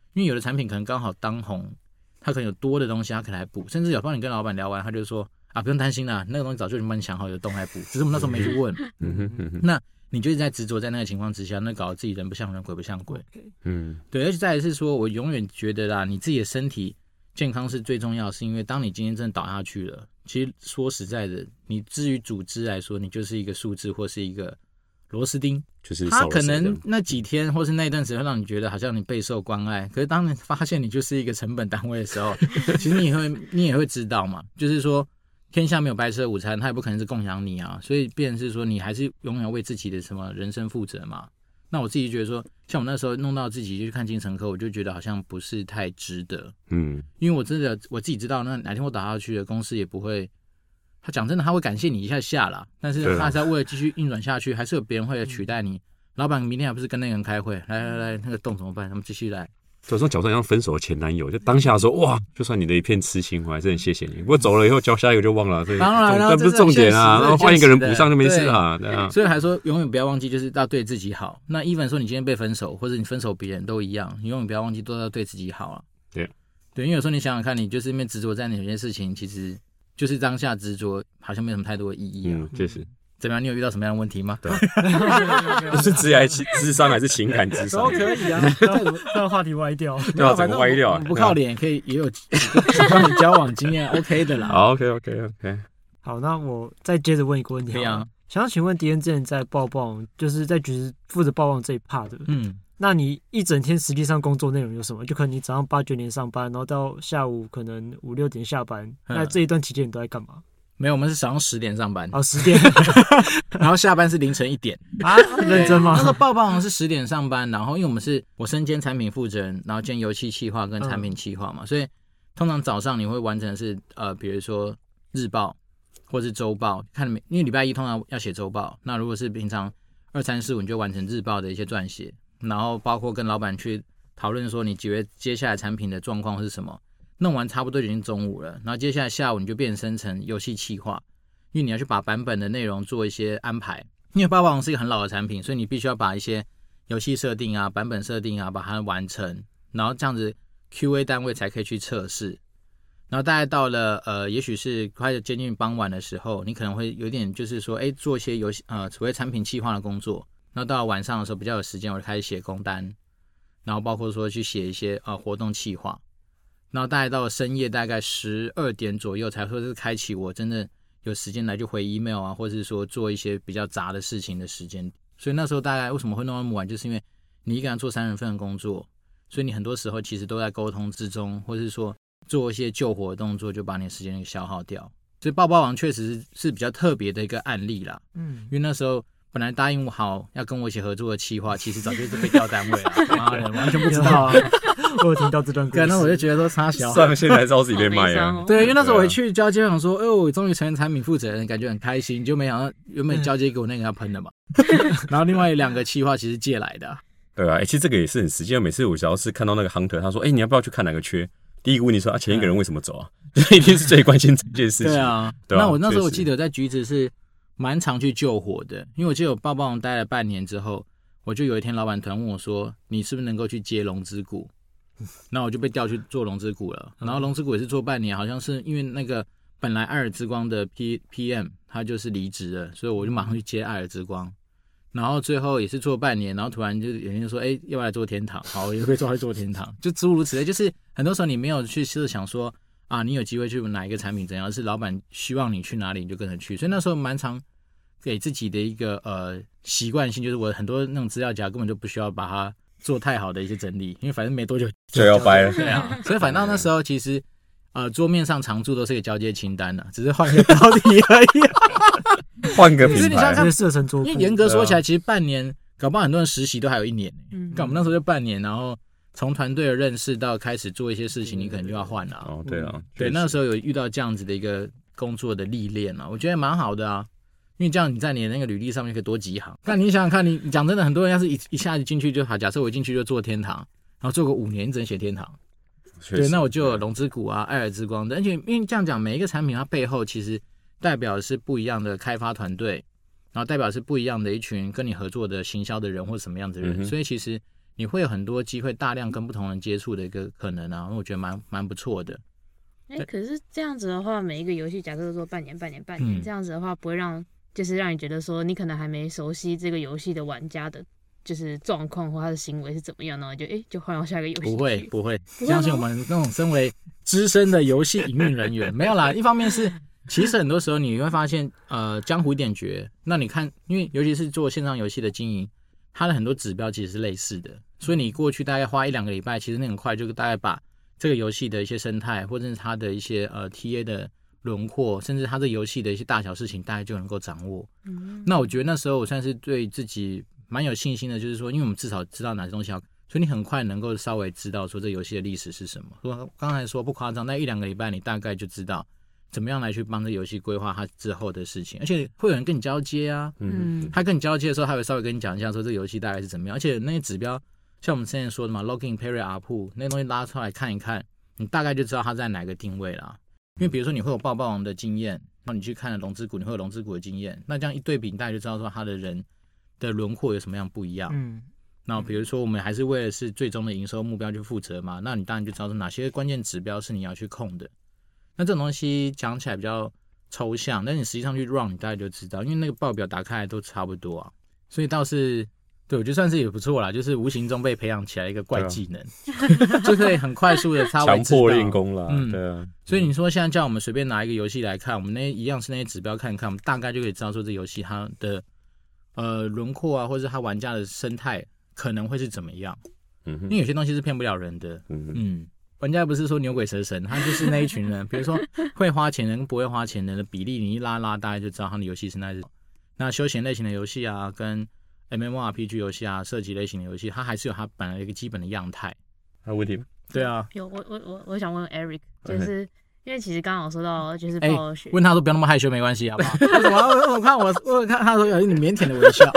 因为有的产品可能刚好当红，他可能有多的东西，他可能还补，甚至有时候你跟老板聊完，他就说啊，不用担心啦，那个东西早就已经帮你想好，有洞还补，只是我们那时候没去问。那你就是在执着在那个情况之下，那搞得自己人不像人，鬼不像鬼。对，而且再来是说，我永远觉得啦，你自己的身体健康是最重要，是因为当你今天真的倒下去了，其实说实在的，你至于组织来说，你就是一个数字或是一个螺丝钉， 就是他可能那几天或是那一段时间让你觉得好像你备受关爱，可是当你发现你就是一个成本单位的时候，其实你也会知道嘛，就是说天下没有白吃的午餐，他也不可能是供养你啊，所以变成是说你还是永远要为自己的什么人生负责嘛。那我自己觉得说，像我那时候弄到自己就去看精神科，我就觉得好像不是太值得，因为我真的我自己知道，那哪天我倒下去了，公司也不会。他讲真的，他会感谢你一下下啦，但是他还是要为了继续运转下去，还是有别人会来取代你。老板明天还不是跟那个人开会，来，那个洞怎么办？他们继续来。 有时候角色像分手的前男友，就当下说哇，就算你的一片痴心，我还是很谢谢你。不过走了以后，交下一个就忘了，所以当然这不是重点啊，然后换一个人补上就没事啊。对啊， 所以还说永远不要忘记，就是要对自己好。那even说你今天被分手，或者你分手别人都一样，你永远不要忘记都要对自己好啊。对，因为有时候你想想看，你就是因为执着在哪些事情，其实就是当下执着，好像没有什么太多的意义啊。 确实。 怎么样？你有遇到什么样的问题吗？ 对，不是职业智商还是情感智商？ 都可以啊，这个话题歪掉， 对啊，整个歪掉啊！ 不靠脸可以也有跟你交往经验 ，OK 的啦。 好 ，OK。 好，那我再接着问一个问题。 对啊， 想要请问迪恩之前在报报，就是在局势负责报报这一 part 的，那你一整天实际上工作内容有什么？就可能你早上8、9点上班，然后到下午可能5、6点下班，那这一段期间你都在干嘛？ 没有，我们是早上10点上班。 10点， 然后下班是凌晨1点啊？认真吗？ 那个报好像是10点上班，然后因为我身兼产品负责人，然后兼游戏企划跟产品企划嘛，所以通常早上你会完成的是比如说日报或是周报，看因为礼拜一通常要写周报，那如果是平常2、3、4、5，你就完成日报的一些撰写，然后包括跟老板去讨论说你接下来产品的状况是什么。弄完差不多已经中午了，然后接下来下午你就变身成游戏企划，因为你要去把版本的内容做一些安排。因为霸王是一个很老的产品，所以你必须要把一些游戏设定啊、版本设定啊把它完成，然后这样子 QA 单位才可以去测试。然后大概到了也许是快接近傍晚的时候，你可能会有点就是说，做一些游戏所谓产品企划的工作。然后到了晚上的时候比较有时间，我就开始写工单，然后包括说去写一些活动企划。然后大概到了深夜大概12点左右才会是开启我真的有时间来去回 email 啊，或者是说做一些比较杂的事情的时间。所以那时候大概为什么会弄那么晚，就是因为你一个人做3人份的工作，所以你很多时候其实都在沟通之中，或者是说做一些救火的动作，就把你的时间给消耗掉。所以爆王确实是比较特别的一个案例啦。因为那时候本来答应我好要跟我一起合作的企划，其实早就是被调单位了，妈的，完全不知道啊。 我有听到这段故事， 那我就觉得说差小， 上线才知道自己被卖啊。 对，因为那时候我去交接，想说，我终于成为产品负责人，感觉很开心，就没想到原本交接给我那个要喷的嘛。然后另外2个企划其实借来的。 对啊，其实这个也是很实际。每次我只要是看到那个 hunter， 他说，你要不要去看哪个缺？第一个问题说，前一个人为什么走啊？这一定是最关心这件事情。 对啊，那我那时候我记得在橘子是蛮常去救火的，因为我记得我爆王待了半年之后，我就有一天老板突然问我说，你是不是能够去接龙之谷？然后我就被调去做龙之谷了，然后龙之谷也是做半年，好像是因为那个本来艾尔之光的 PM 他就是离职了，所以我就马上去接艾尔之光，然后最后也是做半年，然后突然就有人就说，要不要来做天堂？好，我也会做天堂，就诸如此类，就是很多时候你没有去设想说你有机会去哪一个产品怎样，是老板希望你去哪里你就跟着去，所以那时候蛮常给自己的一个习惯性，就是我很多那种资料夹根本就不需要把它做太好的一些整理，因为反正没多久就要掰了。 对啊，所以反倒那时候其实桌面上常驻都是个交接清单只是换个标题而已。 换个品牌， 直接设成桌布。 因为严格说起来，其实半年，搞不好很多人实习都还有1年我们那时候就半年，然后从团队的认识到开始做一些事情，你可能就要换了。 对啊， 对，那时候有遇到这样子的一个工作的历练我觉得蛮好的啊。因为这样你在你的那个履历上面可以多几行。但你想想看，你讲真的，很多人要是一下子进去就好，假设我一进去就做天堂，然后做个5年，你只能写天堂。对，那我就有龙之谷啊、艾尔之光的，而且因为这样讲，每一个产品它背后其实代表的是不一样的开发团队，然后代表的是不一样的一群跟你合作的行销的人或者什么样的人，所以其实你会有很多机会大量跟不同人接触的一个可能啊，我觉得蛮不错的。 可是这样子的话，每一个游戏假设说半年，这样子的话，不会让你觉得说你可能还没熟悉这个游戏的玩家的，就是状况或他的行为是怎么样，然后就换到下一个游戏。 不会，相信我们那种身为资深的游戏营运人员，没有啦。一方面是，其实很多时候你会发现，江湖一点诀。那你看，因为尤其是做线上游戏的经营，它的很多指标其实是类似的，所以你过去大概花1-2个礼拜，其实那很快就大概把这个游戏的一些生态，或者是它的一些TA 的轮廓，甚至它这游戏的一些大小事情，大概就能够掌握。那我觉得那时候我算是对自己蛮有信心的，就是说，因为我们至少知道哪些东西要，所以你很快能够稍微知道说这游戏的历史是什么。我刚才说不夸张，那1-2个礼拜你大概就知道怎么样来去帮这游戏规划它之后的事情，而且会有人跟你交接啊。他跟你交接的时候，他会稍微跟你讲一下说这个游戏大概是怎么样，而且那些指标。像我们之前说的嘛 ，login period ARPU 那些东西拉出来看一看，你大概就知道它在哪个定位啦。因为比如说你会有爆王的经验，然后你去看了龙之谷，你会有龙之谷的经验，那这样一对比，你大概就知道说他的人的轮廓有什么样不一样。那比如说我们还是为了是最终的营收目标去负责嘛，那你当然就知道说哪些关键指标是你要去控的。那这种东西讲起来比较抽象，但你实际上去 run， 你大概就知道，因为那个报表打开来都差不多啊，所以倒是。对，我觉得算是也不错啦，就是无形中被培养起来一个怪技能，就可以很快速的稍微强迫练功啦。对啊。 所以你说现在叫我们随便拿一个游戏来看，我们一样是那些指标看一看，我们大概就可以知道说这游戏它的轮廓啊，或者是它玩家的生态可能会是怎么样。因为有些东西是骗不了人的。玩家不是说牛鬼蛇神，他就是那一群人，比如说会花钱的跟不会花钱的比例，你一拉，大概就知道他的游戏生态是。那休闲类型的游戏啊，跟MMORPG 游戏啊，射击类型的游戏，它还是有它本来一个基本的样态。 还有问题吗？ 对啊， 有我想问 Eric， 就是因为其实刚刚有说到就是暴雪， 问他说不要那么害羞，没关系，好不好？我看他说有你腼腆的微笑，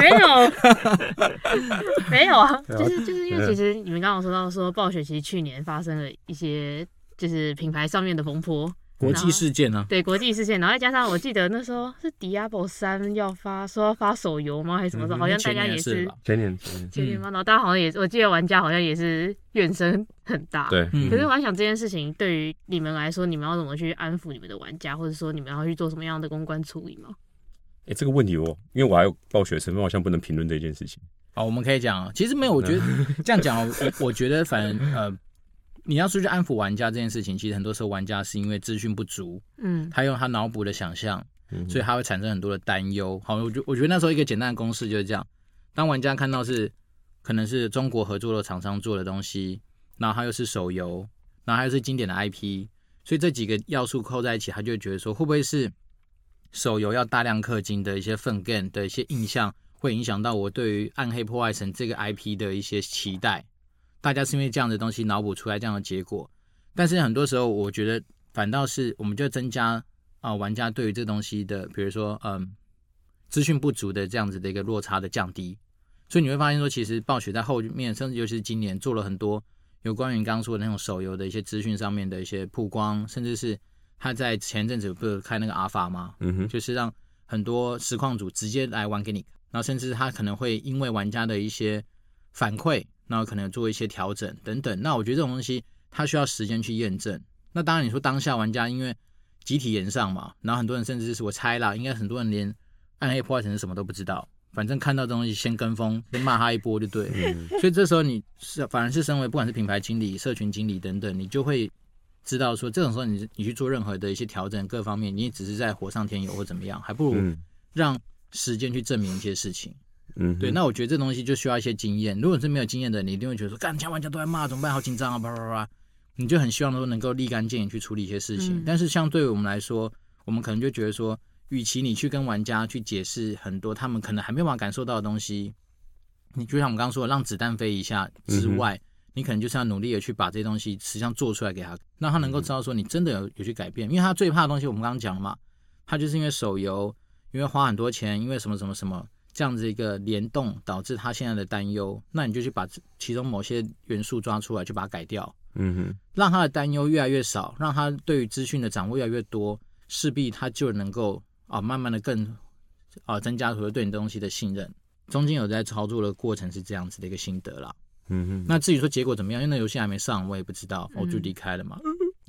没有啊，就是因为其实你们刚刚有说到说暴雪其实去年发生了一些就是品牌上面的风波。 国际事件啊， 对国际事件，然后再加上我记得那时候是 Diablo 3要发手游吗？还是什么时候？好像大家也是前年吗？然后大家好像也，我记得玩家好像也是怨声很大。 对， 可是我想这件事情对于你们来说，你们要怎么去安抚你们的玩家，或者说你们要去做什么样的公关处理吗？ 这个问题因为我还有暴雪身份，好像不能评论这件事情。 我们可以讲，其实没有，我觉得这样讲，我觉得反正你要出去安抚玩家这件事情，其实很多时候玩家是因为资讯不足，他用他脑补的想象，所以他会产生很多的担忧。好，我觉得那时候一个简单的公式就是这样：当玩家看到可能是中国合作的厂商做的东西，然后它又是手游，然后它又是经典的 IP， 所以这几个要素扣在一起，他就会觉得说，会不会是手游要大量氪金的一些分 game 的一些印象，会影响到我对于暗黑破坏神这个 IP 的一些期待？大家是因为这样的东西脑补出来这样的结果，但是很多时候我觉得反倒是我们就增加玩家对于这东西的，比如说资讯不足的这样子的一个落差的降低，所以你会发现说，其实暴雪在后面，甚至尤其是今年做了很多有关于你刚刚说的那种手游的一些资讯上面的一些曝光，甚至是他在前阵子不是开那个阿法吗？就是让很多实况主直接来玩给你，然后甚至他可能会因为玩家的一些反馈。然后可能做一些调整等等，那我觉得这种东西它需要时间去验证。那当然你说当下玩家因为集体炎上嘛，然后很多人甚至是我猜啦，应该很多人连暗黑破坏神是什么都不知道，反正看到这东西先跟风，先骂他一波就对了。所以这时候你反而是身为不管是品牌经理、社群经理等等，你就会知道说，这种时候你去做任何的一些调整，各方面你只是在火上添油或怎么样，还不如让时间去证明一些事情。对，那我觉得这东西就需要一些经验。如果是没有经验的，你一定会觉得说，干，其他玩家都在骂，怎么办？好紧张啊，叭叭叭。你就很希望说能够立竿见影去处理一些事情。但是相对于我们来说，我们可能就觉得说，与其你去跟玩家去解释很多他们可能还没有办法感受到的东西，你就像我们刚刚说的，让子弹飞一下之外，你可能就是要努力的去把这些东西实际上做出来给他，让他能够知道说你真的有去改变。因为他最怕的东西我们刚刚讲了嘛，他就是因为手游，因为花很多钱，因为什么什么什么。这样子一个联动导致他现在的担忧，那你就去把其中某些元素抓出来，去把它改掉，让他的担忧越来越少，让他对于资讯的掌握越来越多，势必他就能够慢慢的更增加对你的东西的信任。中间有在操作的过程是这样子的一个心得啦。 那至于说结果怎么样，因为那游戏还没上，我也不知道，我就离开了嘛。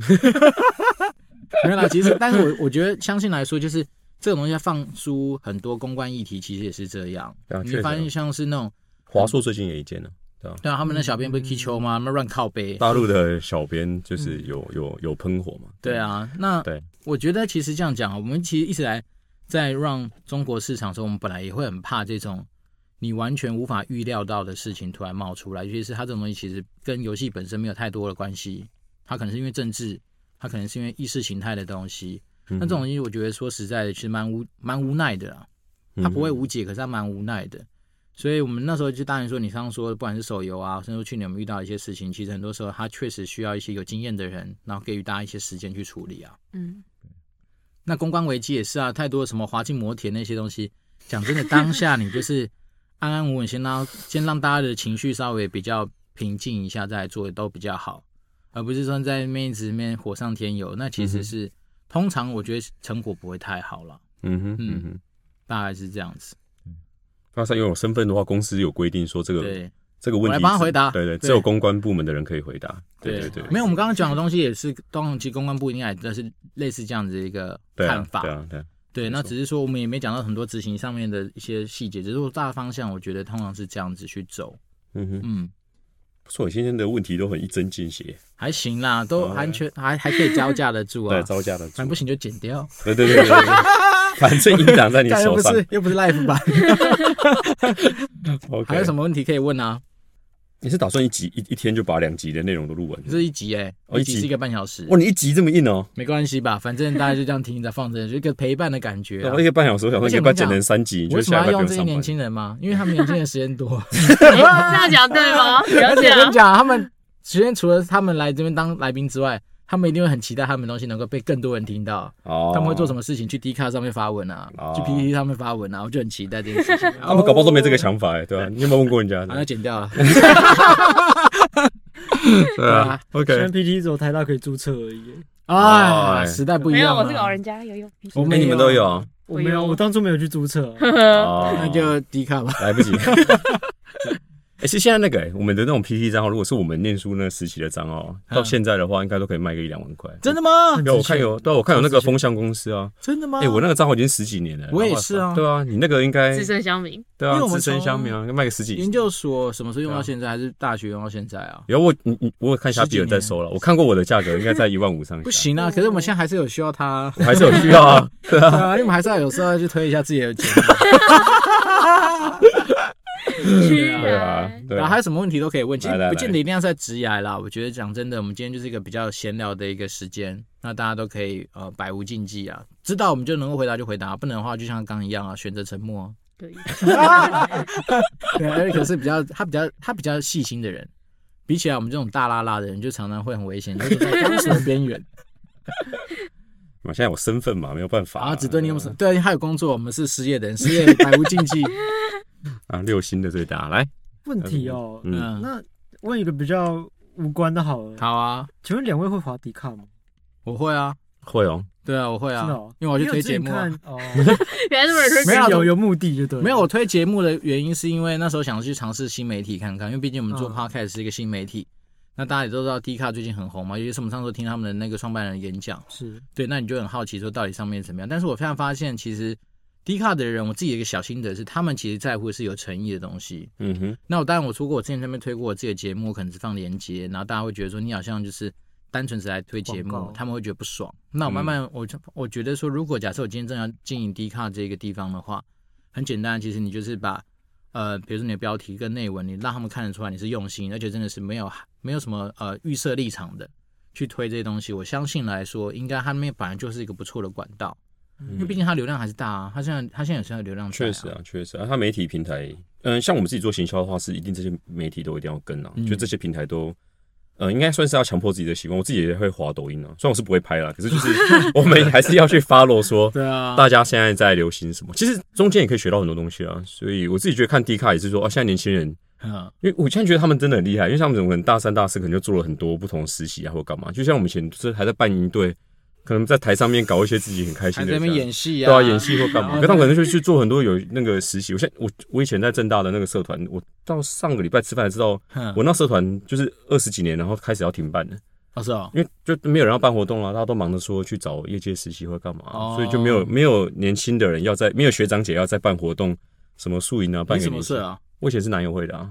没有啦，其实，但是我觉得，相信来说，就是这种东西放出很多公关议题，其实也是这样。你会发现像是那种华硕最近也一件了。 对啊，他们的小编不是踢球吗？他们乱靠背。 大陆的小编就是有喷火嘛。 对啊，那我觉得其实这样讲，我们其实一直来在让中国市场的时候，我们本来也会很怕这种你完全无法预料到的事情突然冒出来，尤其是它这种东西其实跟游戏本身没有太多的关系，它可能是因为政治，它可能是因为意识形态的东西。那这种东西，我觉得说实在的，其实蛮无奈的啦。它不会无解，可是它蛮无奈的。所以我们那时候就当然说，你刚刚说不管是手游啊，甚至去年我们遇到一些事情，其实很多时候它确实需要一些有经验的人，然后给予大家一些时间去处理啊。那公关危机也是啊，太多的什么滑进摩铁那些东西，讲真的，当下你就是安安稳稳先让大家的情绪稍微比较平静一下，再来做都比较好，而不是说在那边一直火上添油，那其实是通常我觉得成果不会太好了。大概是这样子。 那在拥有身份的话，公司有规定说这个问题， 我来帮他回答。 对，只有公关部门的人可以回答。对， 没有，我们刚刚讲的东西也是，当然其实公关部应该也是类似这样子的一个看法。对，那只是说我们也没讲到很多执行上面的一些细节，只是说大方向，我觉得通常是这样子去走。 不错，今天的问题都很一针见血， 还行啦，都安全，还可以招架得住啊。 对，招架得住。 反正不行就剪掉。 对，反正音档在你手上， 又不是 live 版。 okay. 还有什么问题可以问啊？ 你是打算一天就把2集的内容都录完？ 这是一集一集是1个半小时。 哇，你一集这么硬哦？ 没关系吧，反正大家就这样听着放着，就一个陪伴的感觉。 1个半小时，我想说你要不要剪成3集？ 为什么要用这些年轻人吗？因为他们年轻人时间多。 这样讲对吗？ 而且我跟你讲，他们时间除了他们来这边当来宾之外，他们一定会很期待他们的东西能够被更多人听到。他们会做什么事情？去 Dcard 上面发文啊，去 PTT 上面发文啊，我就很期待这件事情。 他们搞不好都没这个想法对吧？你有没有问过人家？ 要剪掉了。 对啊 ，OK。 现在 PTT 只有台大可以注册而已。 时代不一样。 没有，我是老人家有用。 你们都有啊？ 我没有，我当初没有去注册。 那就 Dcard 吧， 来不及。其实现在我们的那种 PT 账号，如果是我们念书那时期的账号，到现在的话，应该都可以卖个1-2万块。 真的吗？ 我看有那个风向公司啊。 真的吗？ 我那个账号已经10几年了。 我也是啊。 对啊，你那个应该资深乡民。 对啊，资深乡民啊，卖个10几。 研究所什么时候用到现在，还是大学用到现在啊？ 然后我看一下别人在收了，我看过我的价格应该在15000上下。 不行啊，可是我们现在还是有需要它。 我还是有需要啊。对啊， 因为我们还是要有时候要去推一下自己的节目。 对啊， 然后还有什么问题都可以问，其实不见得一定要在职涯啦。我觉得讲真的，我们今天就是一个比较闲聊的一个时间，那大家都可以百无禁忌啊，知道我们就能够回答就回答，不能的话就像刚刚一样啊，选择沉默。 对 ，Eric 是他比较细心的人，比起来我们这种大拉拉的人，就常常会很危险，就是在钢索边缘。 现在有身份嘛，没有办法啊，只对你有什么？对，他有工作，我们是失业的人，失业百无禁忌。 6星的最大来问题哦，那问一个比较无关的好了。 好啊， 请问2位会滑Dcard吗？ 我会啊， 会哦。 对啊，我会啊，因为我去推节目啊。 原来这么推有目的就对。 没有，我推节目的原因是因为那时候想去尝试新媒体看看，因为毕竟我们做 Podcast 是一个新媒体。那大家也都知道 Dcard 最近很红嘛，尤其是我们上次听他们的那个创办人演讲， 是对，那你就很好奇说到底上面怎么样。但是我非常发现，其实 Dcard 的人，我自己的一个小心得是，他们其实在乎的是有诚意的东西。那当然我我之前在那边推过我自己的节目，可能是放连结，然后大家会觉得说你好像就是单纯只来推节目，他们会觉得不爽。那我慢慢我觉得说，如果假设我今天真的要经营 Dcard 这个地方的话，很简单，其实你就是把比如说你的标题跟内文，你让他们看得出来你是用心，而且真的是没有什么预设立场的去推这些东西。我相信来说，应该他们本来就是一个不错的管道，因为毕竟他流量还是大啊，他现在有现在流量在啊。 确实啊，他媒体平台，像我们自己做行销的话，是一定这些媒体都一定要跟啊，就这些平台都。应该算是要强迫自己的习惯。我自己也会滑抖音啊，虽然我是不会拍啦，可是就是我们还是要去 follow 说， 对啊， 大家现在在流行什么。其实中间也可以学到很多东西啊，所以我自己觉得看 Dcard 也是说，现在年轻人，因为我现在觉得他们真的很厉害，因为像我们可能大3、大4可能就做了很多不同的实习啊，或干嘛。就像我们以前就是还在办营队， 可能在台上面搞一些自己很开心的， 还在那边演戏啊， 对啊，演戏或干嘛？可他们可能就去做很多有那个实习。我以前在政大的那个社团，我到上个礼拜吃饭才知道，我那社团就是20几年，然后开始要停办了。 是哦， 因为就没有人要办活动了，大家都忙着说去找业界实习或干嘛，所以就没有年轻的人没有学长姐要再办活动，什么宿营啊，办给你。 什么事啊？ 我以前是男友会的啊。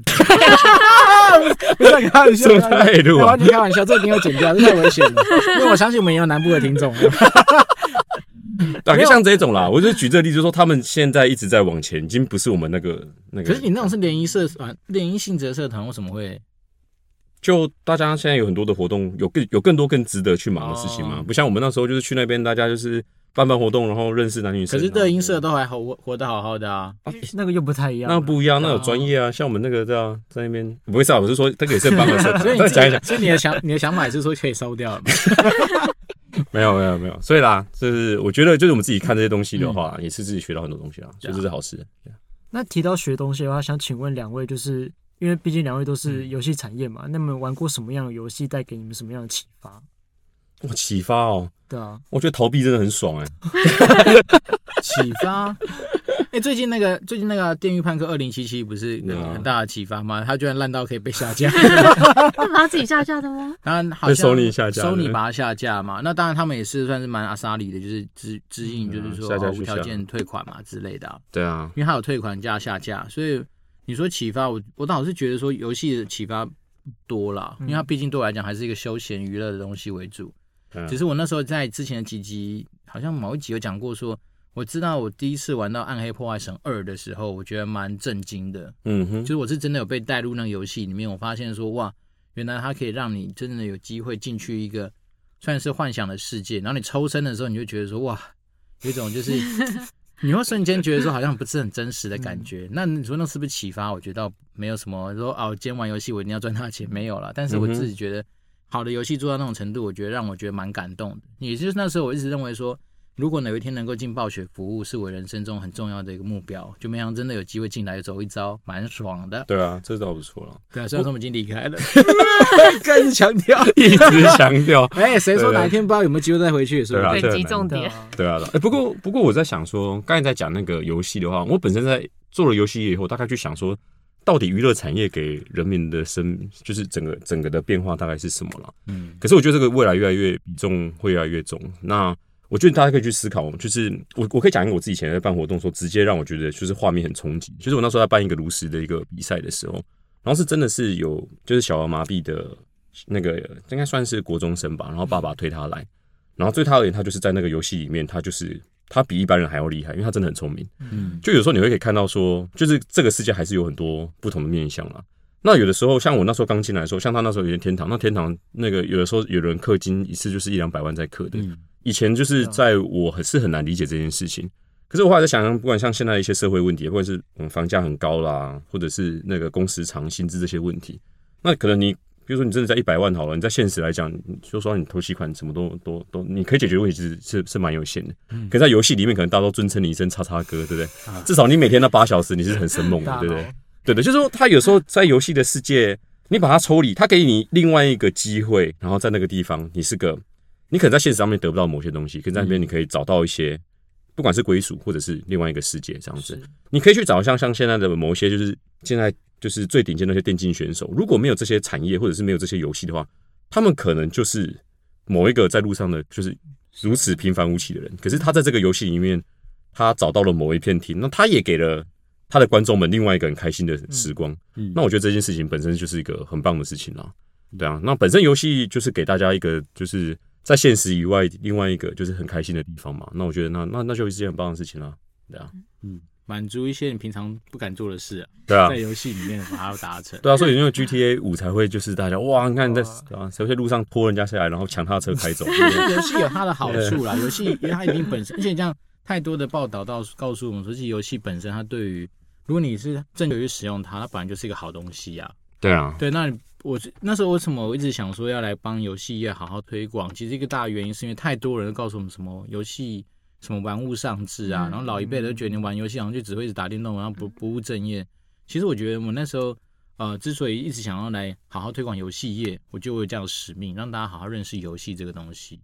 不是开玩笑， 什么态度啊？ 完全开玩笑，这一定要剪掉，这太危险了。因为我相信我们也有南部的听众。 大概像这种啦，我就举这个例子，就是说他们现在一直在往前，已经不是我们那个。 可是你那种是联谊社团、联谊性质的社团，为什么会？ 就大家现在有很多的活动，有更多更值得去忙的事情嘛，不像我们那时候就是去那边，大家就是办活动，然后认识男女生。 可是乐音社都还活得好好的啊， 那个又不太一样。 那不一样，那有专业啊，像我们那个这样在那边，不会是啊，我是说这个也是办个社团。 所以你讲一讲，所以你的想法也是说可以收掉吗？ 没有，所以啦，就是我觉得就是我们自己看这些东西的话，也是自己学到很多东西啦，所以这是好事。 那提到学东西的话，想请问两位，就是因为毕竟两位都是游戏产业嘛，那么玩过什么样的游戏带给你们什么样的启发？ 哇，启发哦， 对啊， 我觉得逃避真的很爽启发，最近那个《电狱判客2077》不是很大的启发吗？他居然烂到可以被下架， 是他自己下架的吗？ 当然好像 Sony 下架 ，Sony 把它下架嘛。那当然他们也是算是蛮阿莎里的，就是指引，就是说无条件退款嘛之类的啊。 对啊， 因为他有退款价下架，所以你说启发我倒是觉得说游戏的启发不多啦，因为它毕竟对我来讲还是一个休闲娱乐的东西为主。只是我那时候在之前的几集，好像某一集有讲过说，我知道我第一次玩到《暗黑破坏神2》的时候，我觉得蛮震惊的。就是我是真的有被带入那个游戏里面，我发现说哇，原来它可以让你真的有机会进去一个算是幻想的世界，然后你抽身的时候，你就觉得说哇，有一种就是你会瞬间觉得说好像不是很真实的感觉。那你说那是不是启发？我觉得没有什么说我今天玩游戏我一定要赚大钱，没有啦。但是我自己觉得好的游戏做到那种程度，我觉得让我觉得蛮感动的。也就是那时候我一直认为说，如果哪一天能够进暴雪服务，是我人生中很重要的一个目标。就没想到真的有机会进来走一遭，蛮爽的。 对啊，这倒不错了。 对啊，虽然说我们已经离开了，更是强调， 一直强调。 谁说哪一天不知道有没有机会再回去？是吧？ 本集重点。 对啊，不过我在想说，刚才在讲那个游戏的话，我本身在做了游戏业以后，大概去想说，到底娱乐产业给人民的就是整个的变化大概是什么了？可是我觉得这个未来越来越比重会越来越重。那我觉得大家可以去思考，就是我可以讲一个我自己以前在办活动的时候，直接让我觉得就是画面很冲击。就是我那时候在办一个炉石的一个比赛的时候，然后是真的是有就是小儿麻痹的那个应该算是国中生吧，然后爸爸推他来，然后对他而言，他就是在那个游戏里面，他比一般人还要厉害，因为他真的很聪明。就有时候你会可以看到说，就是这个世界还是有很多不同的面向啦。那有的时候，像我那时候刚进来的时候，像他那时候有点天堂，那天堂那个有的时候有人氪金一次就是100-200万在氪的。以前就是在我是很难理解这件事情。可是我后来在想，不管像现在一些社会问题，或者是房价很高啦，或者是那个工时长、薪资这些问题，那可能你比如说你真的在100万好了，你在现实来讲，就说你投期款什么都你可以解决的问题是蛮有限的。可是在游戏里面，可能大家都尊称你一声叉叉哥，对不对？至少你每天那8小时你是很生猛的，对不对？对的，就是说他有时候在游戏的世界，你把它抽离，他给你另外一个机会，然后在那个地方，你可能在现实上面得不到某些东西，可是在那边你可以找到一些，不管是归属或者是另外一个世界这样子。你可以去找像现在的某一些，就是现在就是最顶尖的那些电竞选手，如果没有这些产业或者是没有这些游戏的话，他们可能就是某一个在路上的就是如此平凡无奇的人。可是他在这个游戏里面，他找到了某一片天，那他也给了他的观众们另外一个很开心的时光。那我觉得这件事情本身就是一个很棒的事情啦。对啊，那本身游戏就是给大家一个就是在现实以外另外一个就是很开心的地方嘛。那我觉得那就是一件很棒的事情啦。对啊， 满足一些你平常不敢做的事啊。 对啊， 在游戏里面把它达成。 对啊，所以因为 GTA 5才会就是大家哇，你看你在有些路上拖人家下来，然后抢他的车开走。 游戏有它的好处啦，游戏因为它一定本身，而且这样太多的报道告诉我们说，其实游戏本身它对于如果你是正确去使用它本来就是一个好东西啊。 对啊， 对，那我那时候为什么我一直想说要来帮游戏业好好推广？其实一个大的原因是因为太多人告诉我们什么游戏什么玩物丧志啊，然后老一辈的就觉得你玩游戏好像就只会一直打电动，然后不务正业。其实我觉得我那时候之所以一直想要来好好推广游戏业，我就有这样的使命，让大家好好认识游戏这个东西。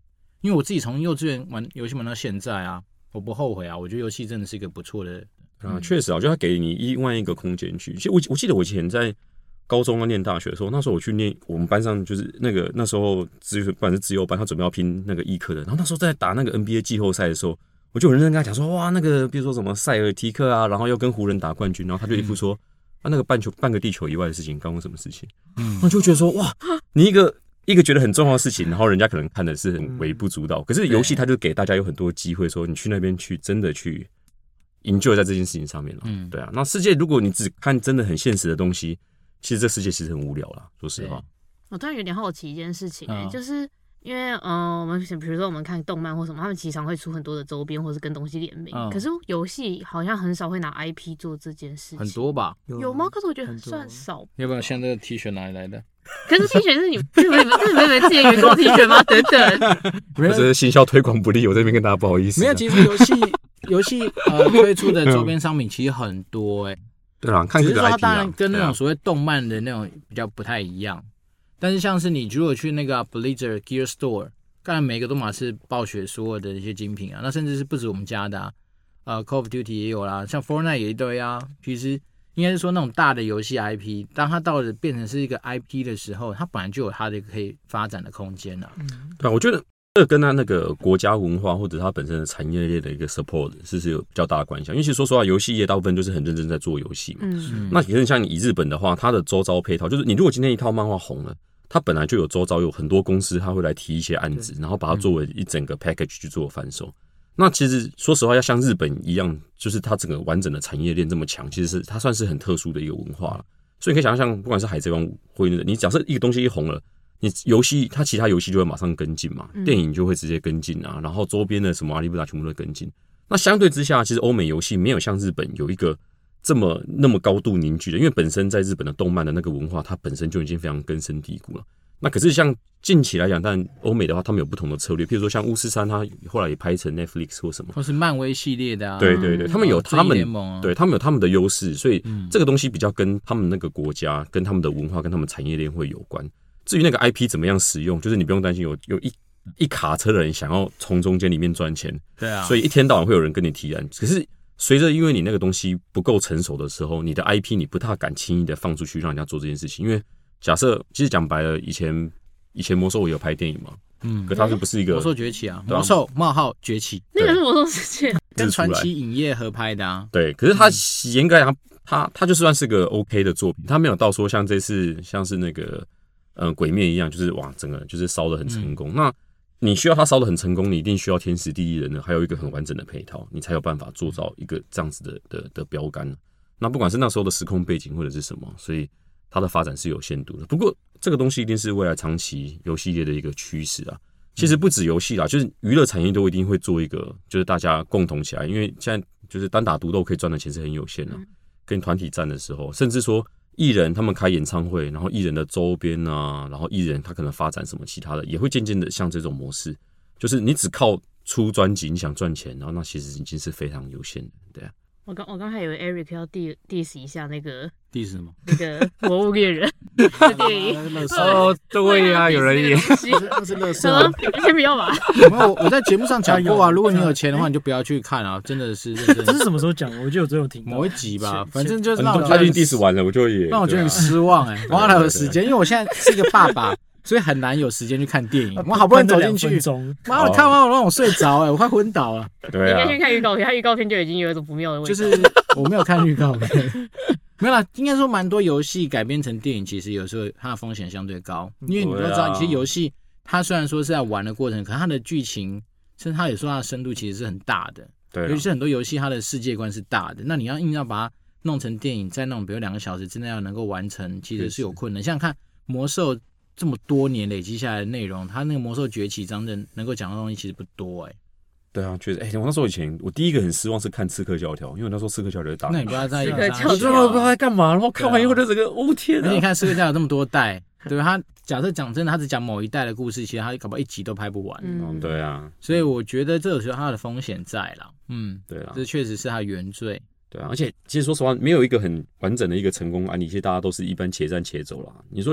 因为我自己从幼稚园玩游戏玩到现在啊，我不后悔啊，我觉得游戏真的是一个不错的。 确实啊，我觉得他给你另外一个空间去。其实我记得我以前在高中要念大学的时候，那时候我去念我们班上就是那时候不管是自由班，他准备要拼那个医科的，然后那时候在打那个 NBA 季后赛的时候，我就很认真跟他讲说，哇，那个比如说什么塞尔提克啊，然后又跟湖人打冠军，然后他就一副说，那个半个地球以外的事情，干我什么事情？我就觉得说，哇，你一个觉得很重要的事情，然后人家可能看的是很微不足道，可是游戏它就给大家有很多机会，说你去那边去真的去 enjoy 在这件事情上面了。对啊，那世界如果你只看真的很现实的东西，其实这世界其实很无聊啦，说实话。 我突然有点好奇一件事情、就是因为我们比如说我们看动漫或什么，他们其实常会出很多的周边或是跟东西联名，可是游戏好像很少会拿 IP 做这件事情。 很多吧？ 有吗？可是我觉得算少。 要不然像这个 T 恤哪里来的？ 可是 T 恤是你们自己员工 T 恤吗？等等， 我这行销推广不力，我这边跟大家不好意思。 没有，其实游戏推出的周边商品其实很多对啦，看这个 IP 只是说它当然跟那种所谓动漫的那种比较不太一样。但是像是你如果去那个 Blizzard Gear Store， 当然每个都嘛是暴雪所有的一些精品啊，那甚至是不止我们家的Call of Duty 也有啦，像 Fortnite 也一堆啊。其实应该是说那种大的游戏 IP， 当它到了变成是一个 IP 的时候，它本来就有它的可以发展的空间啊。 对，我觉得这跟它那个国家文化或者它本身的产业链的一个 support 是有比较大的关系。因为其实说实话，游戏业大部分就是很认真在做游戏嘛。那其实像你以日本的话，它的周遭配套就是你如果今天一套漫画红了，它本来就有周遭有很多公司，它会来提一些案子，然后把它作为一整个 package 去做贩售。那其实说实话，要像日本一样，就是它整个完整的产业链这么强，其实是它算是很特殊的一个文化了。所以你可以想象，不管是海贼王或者你假设一个东西一红了，你游戏它其他游戏就会马上跟进嘛，电影就会直接跟进啊，然后周边的什么阿里不达全部都跟进。那相对之下，其实欧美游戏没有像日本有一个那么高度凝聚的，因为本身在日本的动漫的那个文化，它本身就已经非常根深蒂固了。那可是像近期来讲，但欧美的话，他们有不同的策略，譬如说像巫师3，它后来也拍成 Netflix 或什么， 或是漫威系列的啊。 对对对，他们有他们对他们有他们的优势，所以这个东西比较跟他们那个国家、跟他们的文化、跟他们产业链会有关。至于那个 IP 怎么样使用，就是你不用担心有一卡车的人想要从中间里面赚钱， 对啊， 所以一天到晚会有人跟你提案。可是随着因为你那个东西不够成熟的时候，你的 IP 你不太敢轻易的放出去让人家做这件事情，因为假设其实讲白了，以前魔兽也有拍电影嘛，可它是不是一个魔兽崛起啊？魔兽冒号崛起， 那个是魔兽世界， 跟传奇影业合拍的啊。 对，可是它严格来讲，它就算是个 OK 的作品，它没有到说像这次像是那个鬼灭一样，就是哇整个就是烧得很成功。那你需要它烧得很成功，你一定需要天时地利人呢，还有一个很完整的配套，你才有办法做到一个这样子的标杆。那不管是那时候的时空背景或者是什么，所以它的发展是有限度的。不过这个东西一定是未来长期游戏业的一个趋势啊。其实不止游戏啦，就是娱乐产业都一定会做一个，就是大家共同起来，因为现在就是单打独斗可以赚的钱是很有限的。跟团体战的时候，甚至说艺人他们开演唱会，然后艺人的周边啊，然后艺人他可能发展什么其他的，也会渐渐的像这种模式，就是你只靠出专辑你想赚钱，然后那其实已经是非常有限的，对啊。 我刚还以为 Eric 要 diss 一下那个 diss 什么？ 那个《魔物猎人》的电影。 哦，对呀，有人演， 那是垃圾。 先不要吧。 我在节目上讲过啊，如果你有钱的话，你就不要去看啊，真的是。 这是什么时候讲？我记得我真有听某一集吧，反正就是让我他已经 diss 完了，我就也让我觉得很失望我花了时间，因为我现在是一个爸爸。所以很难有时间去看电影，我好不容易走进去，妈，我看完我让我睡着我快昏倒了。 对啊， 你应该去看预告片，它预告片就已经有一种不妙的味道。 就是我没有看预告片，没有啦。应该说蛮多游戏改编成电影，其实有时候它的风险相对高，因为你都知道，其实游戏它虽然说是在玩的过程，可是它的剧情，甚至它也说它的深度其实是很大的。对，尤其是很多游戏它的世界观是大的，那你要硬要把它弄成电影，在那种比如2个小时之内要能够完成，其实是有困难。像看魔兽。这么多年累积下来的内容，他那个魔兽崛起章能够讲的东西其实不多对啊，确实我那时候我第一个很失望是看刺客教条，因为那时候刺客教条打， 那你不知道在刺客教条， 我真的不知道在干嘛，然后看完以后就整个天啊！ 而且你看刺客教条有这么多代，对吧？他假设讲真的，他只讲某一代的故事，其实他搞不好一集都拍不完。 对啊， 所以我觉得这有时候他的风险在啦。 对啊， 这确实是他的原罪。 对啊，而且其实说实话，没有一个很完整的一个成功案例，其实大家都是一般且战且走啦。你说像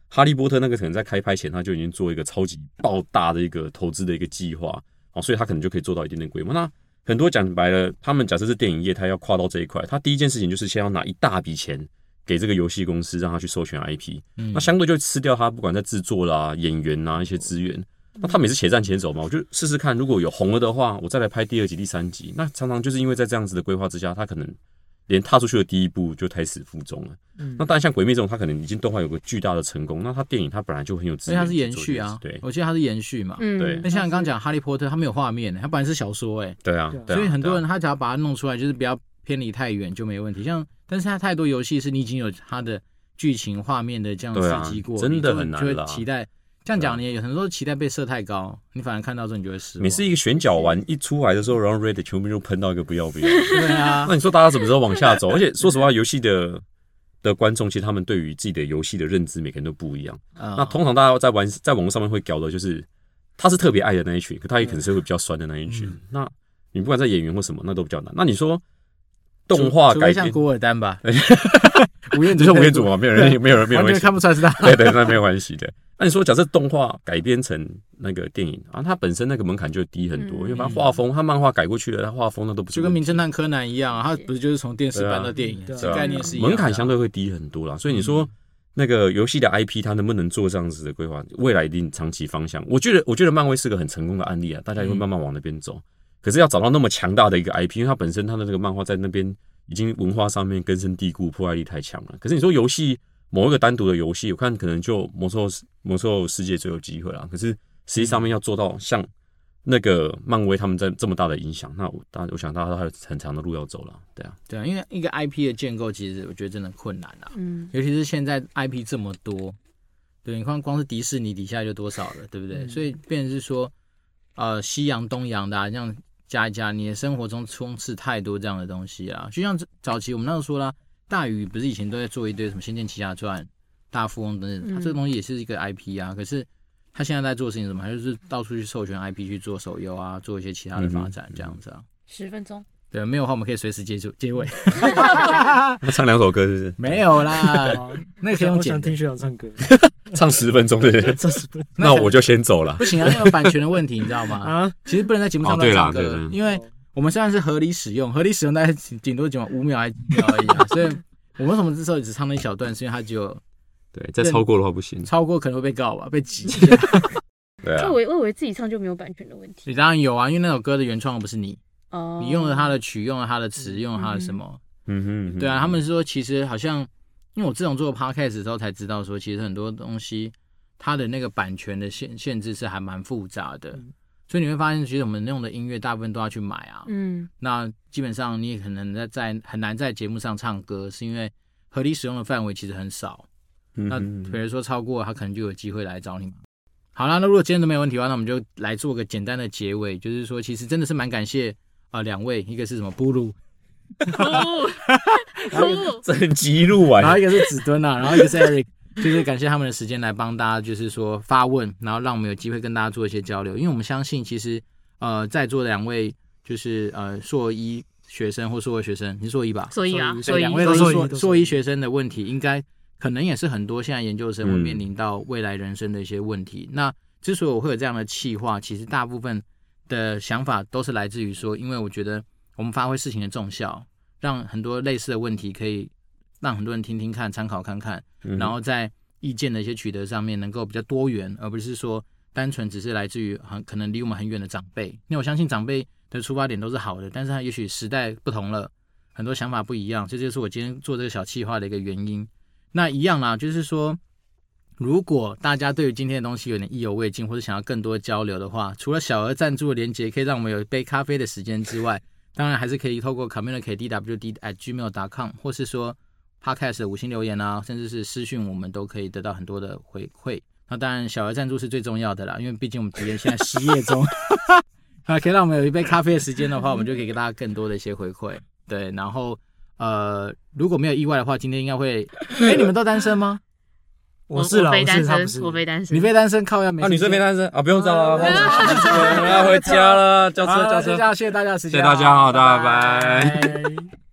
哈利波特那个可能在开拍前他就已经做一个超级爆大的一个投资的一个计划，所以他可能就可以做到一定的规模。那很多讲白了，他们假设是电影业，他要跨到这一块，他第一件事情就是先要拿一大笔钱给这个游戏公司，让他去授权 IP，那相对就吃掉他不管在制作啦、演员啊一些资源。那他们也是且战且走嘛，我就试试看，如果有红了的话，我再来拍第2集、第3集。那常常就是因为在这样子的规划之下，他可能连踏出去的第一步就胎死腹中了。那当然像《鬼灭》这种，他可能已经动画有个巨大的成功，那他电影他本来就很有资源， 因为它是延续啊。对，我记得它是延续嘛。 对。 那像你刚刚讲《哈利波特》，它没有画面，它本来是小说对啊。 所以很多人他只要把它弄出来，就是不要偏离太远就没问题。但是它太多游戏是你已经有它的剧情画面的这样刺激过， 真的很难了。 就会期待。这样讲，你有很多期待被设太高，你反而看到之后你就会失望。 每次一个选角完一出来的时候，然后 Reddit 全部就喷到一个不要。 对啊， 那你说大家怎么知道往下走？而且说实话，游戏的观众其实他们对于自己的游戏的认知每个人都不一样。那通常大家在网络上面会搞的就是他是特别爱的那一群，可他也可能是会比较酸的那一群。那你不管在演员或什么，那都比较难。那你说动画改编， 像古尔丹吧？ 你说吴彦祖嘛，没有人完全看不出来是他。 对，那没有关系的。那你说，假设动画改编成那个电影啊，它本身那个门槛就低很多，因为它画风，它漫画改过去了，它画风那都不是。 就跟名侦探柯南一样，它不是就是从电视搬到电影，这概念是一样的。 门槛相对会低很多啦。所以你说那个游戏的 IP 它能不能做这样子的规划？未来一定长期方向。我觉得漫威是个很成功的案例啊，大家也会慢慢往那边走。可是要找到那么强大的一个 IP， 因为它本身它的这个漫画在那边已经文化上面根深蒂固，破坏力太强了。可是你说游戏某一个单独的游戏，我看可能就魔兽世界最有机会啦。可是实际上面要做到像那个漫威他们在这么大的影响，那我想大家还有很长的路要走了。对啊， 因为一个 IP 的建构，其实我觉得真的困难啦。尤其是现在 IP 这么多，对，你看光是迪士尼底下就多少了，对不对？所以变成是说，西洋东洋的这样加一加，你的生活中充斥太多这样的东西啊。就像早期我们那时候说啦，大宇不是以前都在做一堆什么《仙剑奇侠传》、大富翁等等，它这个东西也是一个 IP 啊。可是他现在在做的事情是什么？他就是到处去授权 IP 去做手游啊，做一些其他的发展这样子啊。 10分钟。 对，没有的话我们可以随时结尾。 唱2首歌是不是？ 没有啦，那个可以用剪。 我想听学长唱歌， 唱10分钟对不对？ 唱10分钟， 那我就先走了。 不行啊，那有版权的问题，你知道吗？其实不能在节目上乱唱歌，因为我们虽然是合理使用大概顶多讲5秒还是几秒而已啊，所以我们为什么这时候只唱那一小段？是因为它只有对，再超过的话不行， 超过可能会被告吧，被挤。 对啊， 我以为自己唱就没有版权的问题。 你当然有啊，因为那首歌的原创不是你。你用了他的曲，用了他的词，用了他的什么？对啊，他们说其实好像，因为我自从做 podcast 的时候才知道说，其实很多东西它的那个版权的限制是还蛮复杂的，所以你会发现，其实我们用的音乐大部分都要去买啊。那基本上你也可能很难在节目上唱歌，是因为合理使用的范围其实很少。那比如说超过，他可能就有机会来找你。好啦，那如果今天都没有问题的话，那我们就来做个简单的结尾，就是说，其实真的是蛮感谢。2位，一个是什么布鲁， 整集录完， 然后一个是子敦啊，然后一个是 Eric， 就是感谢他们的时间来帮大家，就是说发问，然后让我们有机会跟大家做一些交流。因为我们相信，其实在座的2位就是硕一学生或硕二学生，你是硕一吧？ 硕一啊， 对，2位都是硕一学生的问题，应该可能也是很多现在研究生会面临到未来人生的一些问题。那之所以我会有这样的企划，其实大部分的想法都是来自于说，因为我觉得我们发挥事情的重效，让很多类似的问题可以让很多人听听看、参考看看，然后在意见的一些取得上面能够比较多元，而不是说单纯只是来自于可能离我们很远的长辈。因为我相信长辈的出发点都是好的，但是他也许时代不同了，很多想法不一样，这就是我今天做这个小企划的一个原因。那一样啦，就是说，如果大家对于今天的东西有点意犹未尽，或者想要更多交流的话，除了小额赞助的连结可以让我们有一杯咖啡的时间之外，当然还是可以透过 communicatedwd@gmail.com 或是说 podcast 的5星留言啊，甚至是私讯，我们都可以得到很多的回馈。那当然小额赞助是最重要的啦，因为毕竟我们敌人现在失业中可以让我们有一杯咖啡的时间的话，我们就可以给大家更多的一些回馈。对，然后如果没有意外的话，今天应该会你们都单身吗？ 我是啦， 我非单身， 我非单身。 你非单身，靠要没？ 女生非单身啊，不用找了，要回家了，叫车， 谢谢大家的时间， 谢谢大家，好，大家拜拜。